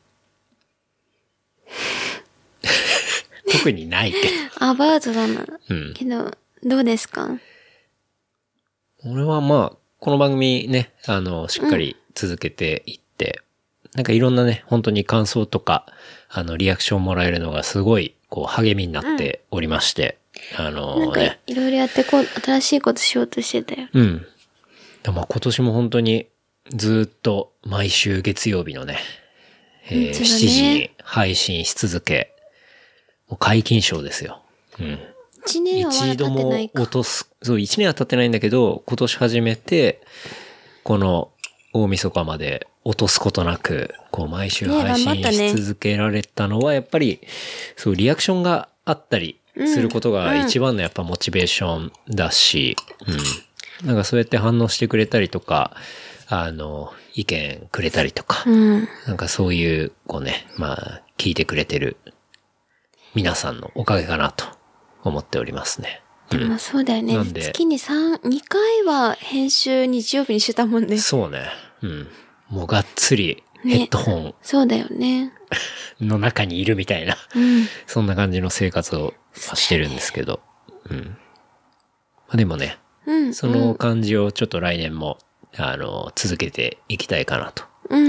特にないけど。 アバウトだな。けど、どうですか？ 俺はまあ、この番組ね、しっかり続けていって、なんかいろんなね、本当に感想とか、リアクションもらえるのがすごい、こう、励みになっておりまして、 なんか、いろいろやって新しいことしようとしてたよ。 でも今年も本当にずっと毎週月曜日のね、7時に配信し続け、もう皆勤賞ですよ。 1年は経ってないか。 そう、1年は経ってないんだけど、今年始めて、この大晦日まで落とすことなく、こう毎週配信し続けられたのは、やっぱり、そう、リアクションがあったりすることが一番のやっぱモチベーションだし、なんかそうやって反応してくれたりとか、意見くれたりとか、なんかそういう、こうね、まあ、聞いてくれてる皆さんのおかげかなと思っておりますね。 でもそうだよね。月に2回は編集日曜日にしてたもんね。 そうね。もうがっつりヘッドホン、 そうだよね。 の中にいるみたいな、そんな感じの生活をしてるんですけど。まあでもね、その感じをちょっと来年も、続けていきたいかなと。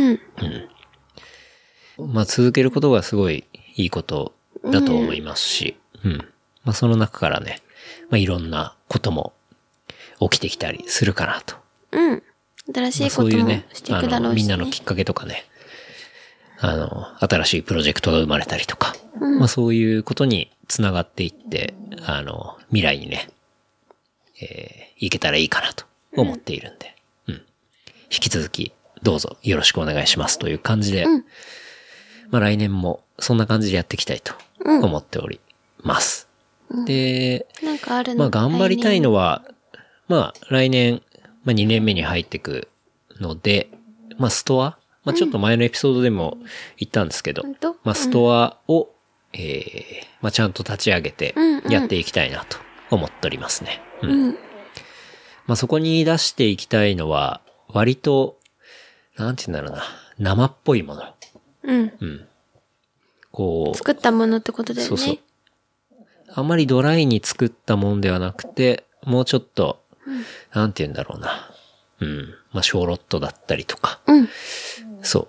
まあ続けることがすごいいいことだと思いますし、まあその中からね、まあいろんなことも起きてきたりするかなと。 新しいこともしていくだろうし、ね。 そういうね、みんなのきっかけとかね、新しいプロジェクトが生まれたりとか、まあそういうことにつながっていって、未来にね、いけたらいいかなと思っているんで、引き続きどうぞよろしくお願いしますという感じで、まあ来年もそんな感じでやっていきたいと思っております。で、 なんかあるの？ まあ頑張りたいのは、まあ来年、まあ2年目に入っていくので、まあストア、まあちょっと前のエピソードでも言ったんですけど、まあストアを、まあちゃんと立ち上げてやっていきたいなと思っておりますね。 まあ、そこに出していきたいのは、割と、なんて言うんだろうな、生っぽいもの。 うん。 うん。こう。 作ったものってことだよね。 そうそう。あんまりドライに作ったもんではなくて、もうちょっと、なんて言うんだろうな。うん。まあ、ショーロットだったりとか。 うん。 そう。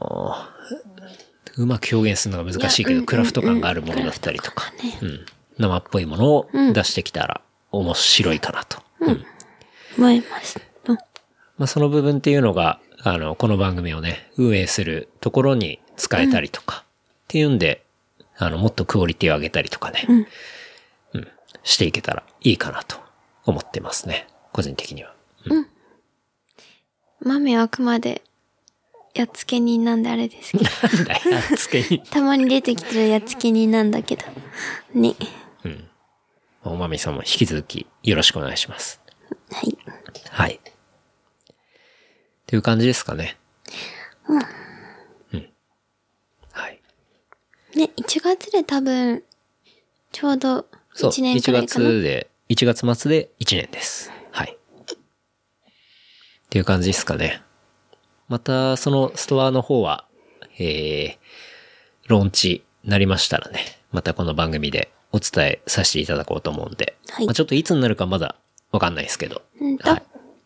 うまく表現するのが難しいけど、クラフト感があるものだったりとか。うん。生っぽいものを出してきたら面白いかなと。 うん。思います。 まあ、その部分っていうのが、この番組をね、運営するところに使えたりとか、っていうんで、もっとクオリティを上げたりとかね、うん、していけたらいいかなと思ってますね。個人的には。うん。 豆はあくまで、やっつけ人なんであれですけど。 なんだよ、やっつけ人。 たまに出てきてるやっつけ人なんだけど。ね。 うん。おまみさんも引き続きよろしくお願いします。 はい。 はい。っていう感じですかね。 うん。 うん。はい。 ね、1月で多分、ちょうど1年くらいかな。 そう、1月末で1年です。はい。っていう感じですかね。また、そのストアの方は、ローンチなりましたらね、またこの番組でお伝えさせていただこうと思うんで、 はい。 まあ、ちょっといつになるかまだわかんないですけど、はい。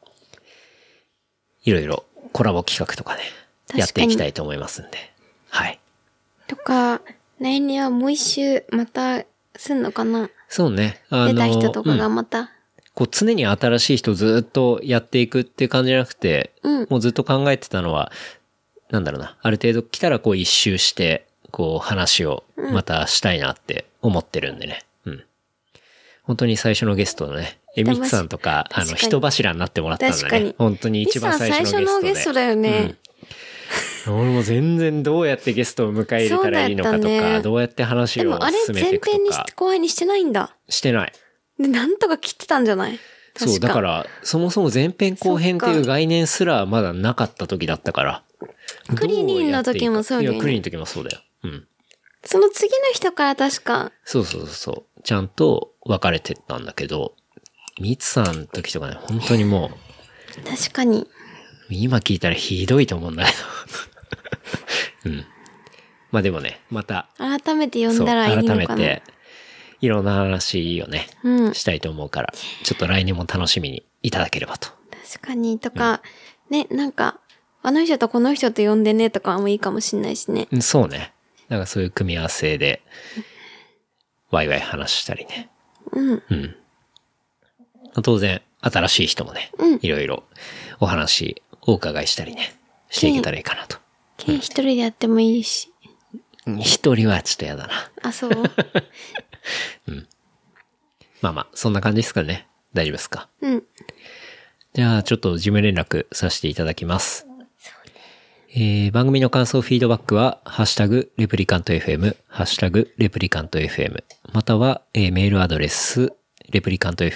いろいろコラボ企画とかね、やっていきたいと思いますんで、はい。 とか、来年はもう一周またすんのかな？ そうね。 出た人とかがまた。 こう常に新しい人ずっとやっていくっていう感じじゃなくて、 うん、 もうずっと考えてたのは、なんだろうな、ある程度来たらこう一周して、こう話をまたしたいなって思ってるんでね。うん。本当に最初のゲストのね、みつさんとか、人柱になってもらったんだね。本当に一番最初のゲストで。 最初のゲストだよね。 うん、俺も全然どうやってゲストを迎え入れたらいいのかとか、どうやって話を進めていくとか。でもあれ前編に後輩にしてないんだ。 してない。 で、なんとか切ってたんじゃない？ そう、だから、そもそも前編後編っていう概念すらまだなかった時だったから。 クリリンの時もそうだよね。 いや、クリリンの時もそうだよ。うん。 その次の人から確か。 そうそうそう。ちゃんと分かれてったんだけど、ミツさんの時とかね、本当にもう。確かに。 今聞いたらひどいと思うんだけど。うん。まあでもね、また。 改めて読んだらいいのかな。 改めて、いろんな話をね、したいと思うから、ちょっと来年も楽しみにいただければと。 確かに、とか、ね、なんか、あの人とこの人と呼んでねとかもいいかもしんないしね。 そうね。なんかそういう組み合わせで、ワイワイ話したりね。 うん。 うん。当然、新しい人もね、いろいろお話、お伺いしたりね、していけたらいいかなと。 一人でやってもいいし。 一人はちょっとやだな。 あ、そううん。まあまあ、そんな感じですかね。大丈夫ですか？ うん。 じゃあ、ちょっと事務連絡させていただきます。番組の感想、フィードバックは、ハッシュタグ、レプリカント FM、ハッシュタグ、レプリカント FM、または、メールアドレス、レプリカント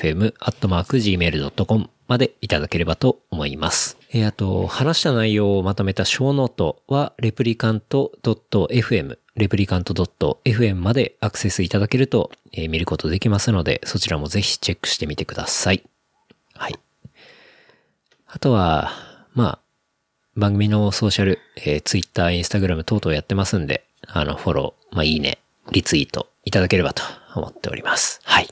FM@gmail.com までいただければと思います。あと、話した内容をまとめた小ノートは、レプリカント .fm、レプリカント .fm までアクセスいただけると、見ることできますので、そちらもぜひチェックしてみてください。はい。あとは、まあ、番組のソーシャル、Twitter、Instagram 等々やってますんで、フォロー、まあ、いいね、リツイートいただければと思っております。はい。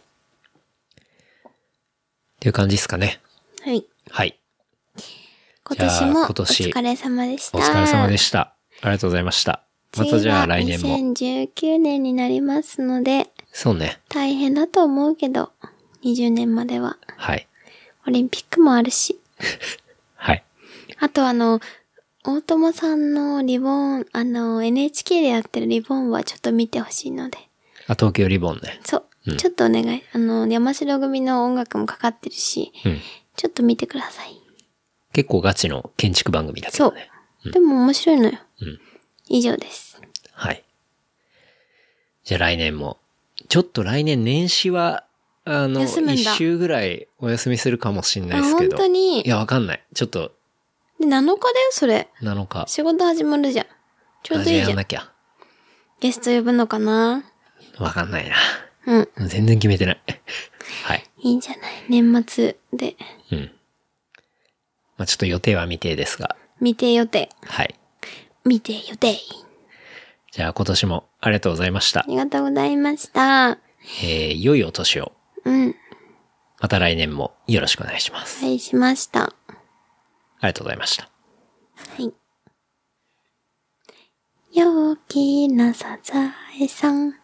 っていう感じですかね。 はい。 はい。 今年もお疲れ様でした。 お疲れ様でした。ありがとうございました。またじゃあ来年も。 2019年になりますので。 そうね。 大変だと思うけど、20年までは。 はい。 オリンピックもあるし。 はい。 あと大友さんのリボン、NHK でやってるリボンはちょっと見てほしいので。 あ、東京リボンね。 そう。うん、ちょっとお願い。山城組の音楽もかかってるし、ちょっと見てください。 結構ガチの建築番組だけどね。 そう。でも面白いのよ。以上です。 はい。じゃあ来年も。ちょっと来年年始は、一週ぐらいお休みするかもしれないですけど。 本当に？ いや、わかんない。ちょっと。 で、7日だよ、それ。 7日。 仕事始まるじゃん。ちょうどいいじゃん。 やんなきゃ。 ゲスト呼ぶのかな？ わかんないな。 うん。 全然決めてない。はい。 いいんじゃない。 年末で。 うん。まあ、ちょっと予定は未定ですが。 未定予定。 はい。 未定予定。 じゃあ今年もありがとうございました。ありがとうございました。 良いお年を。 うん。 また来年もよろしくお願いします。 お願いしました。 ありがとうございました。 はい。陽気なサザエさん。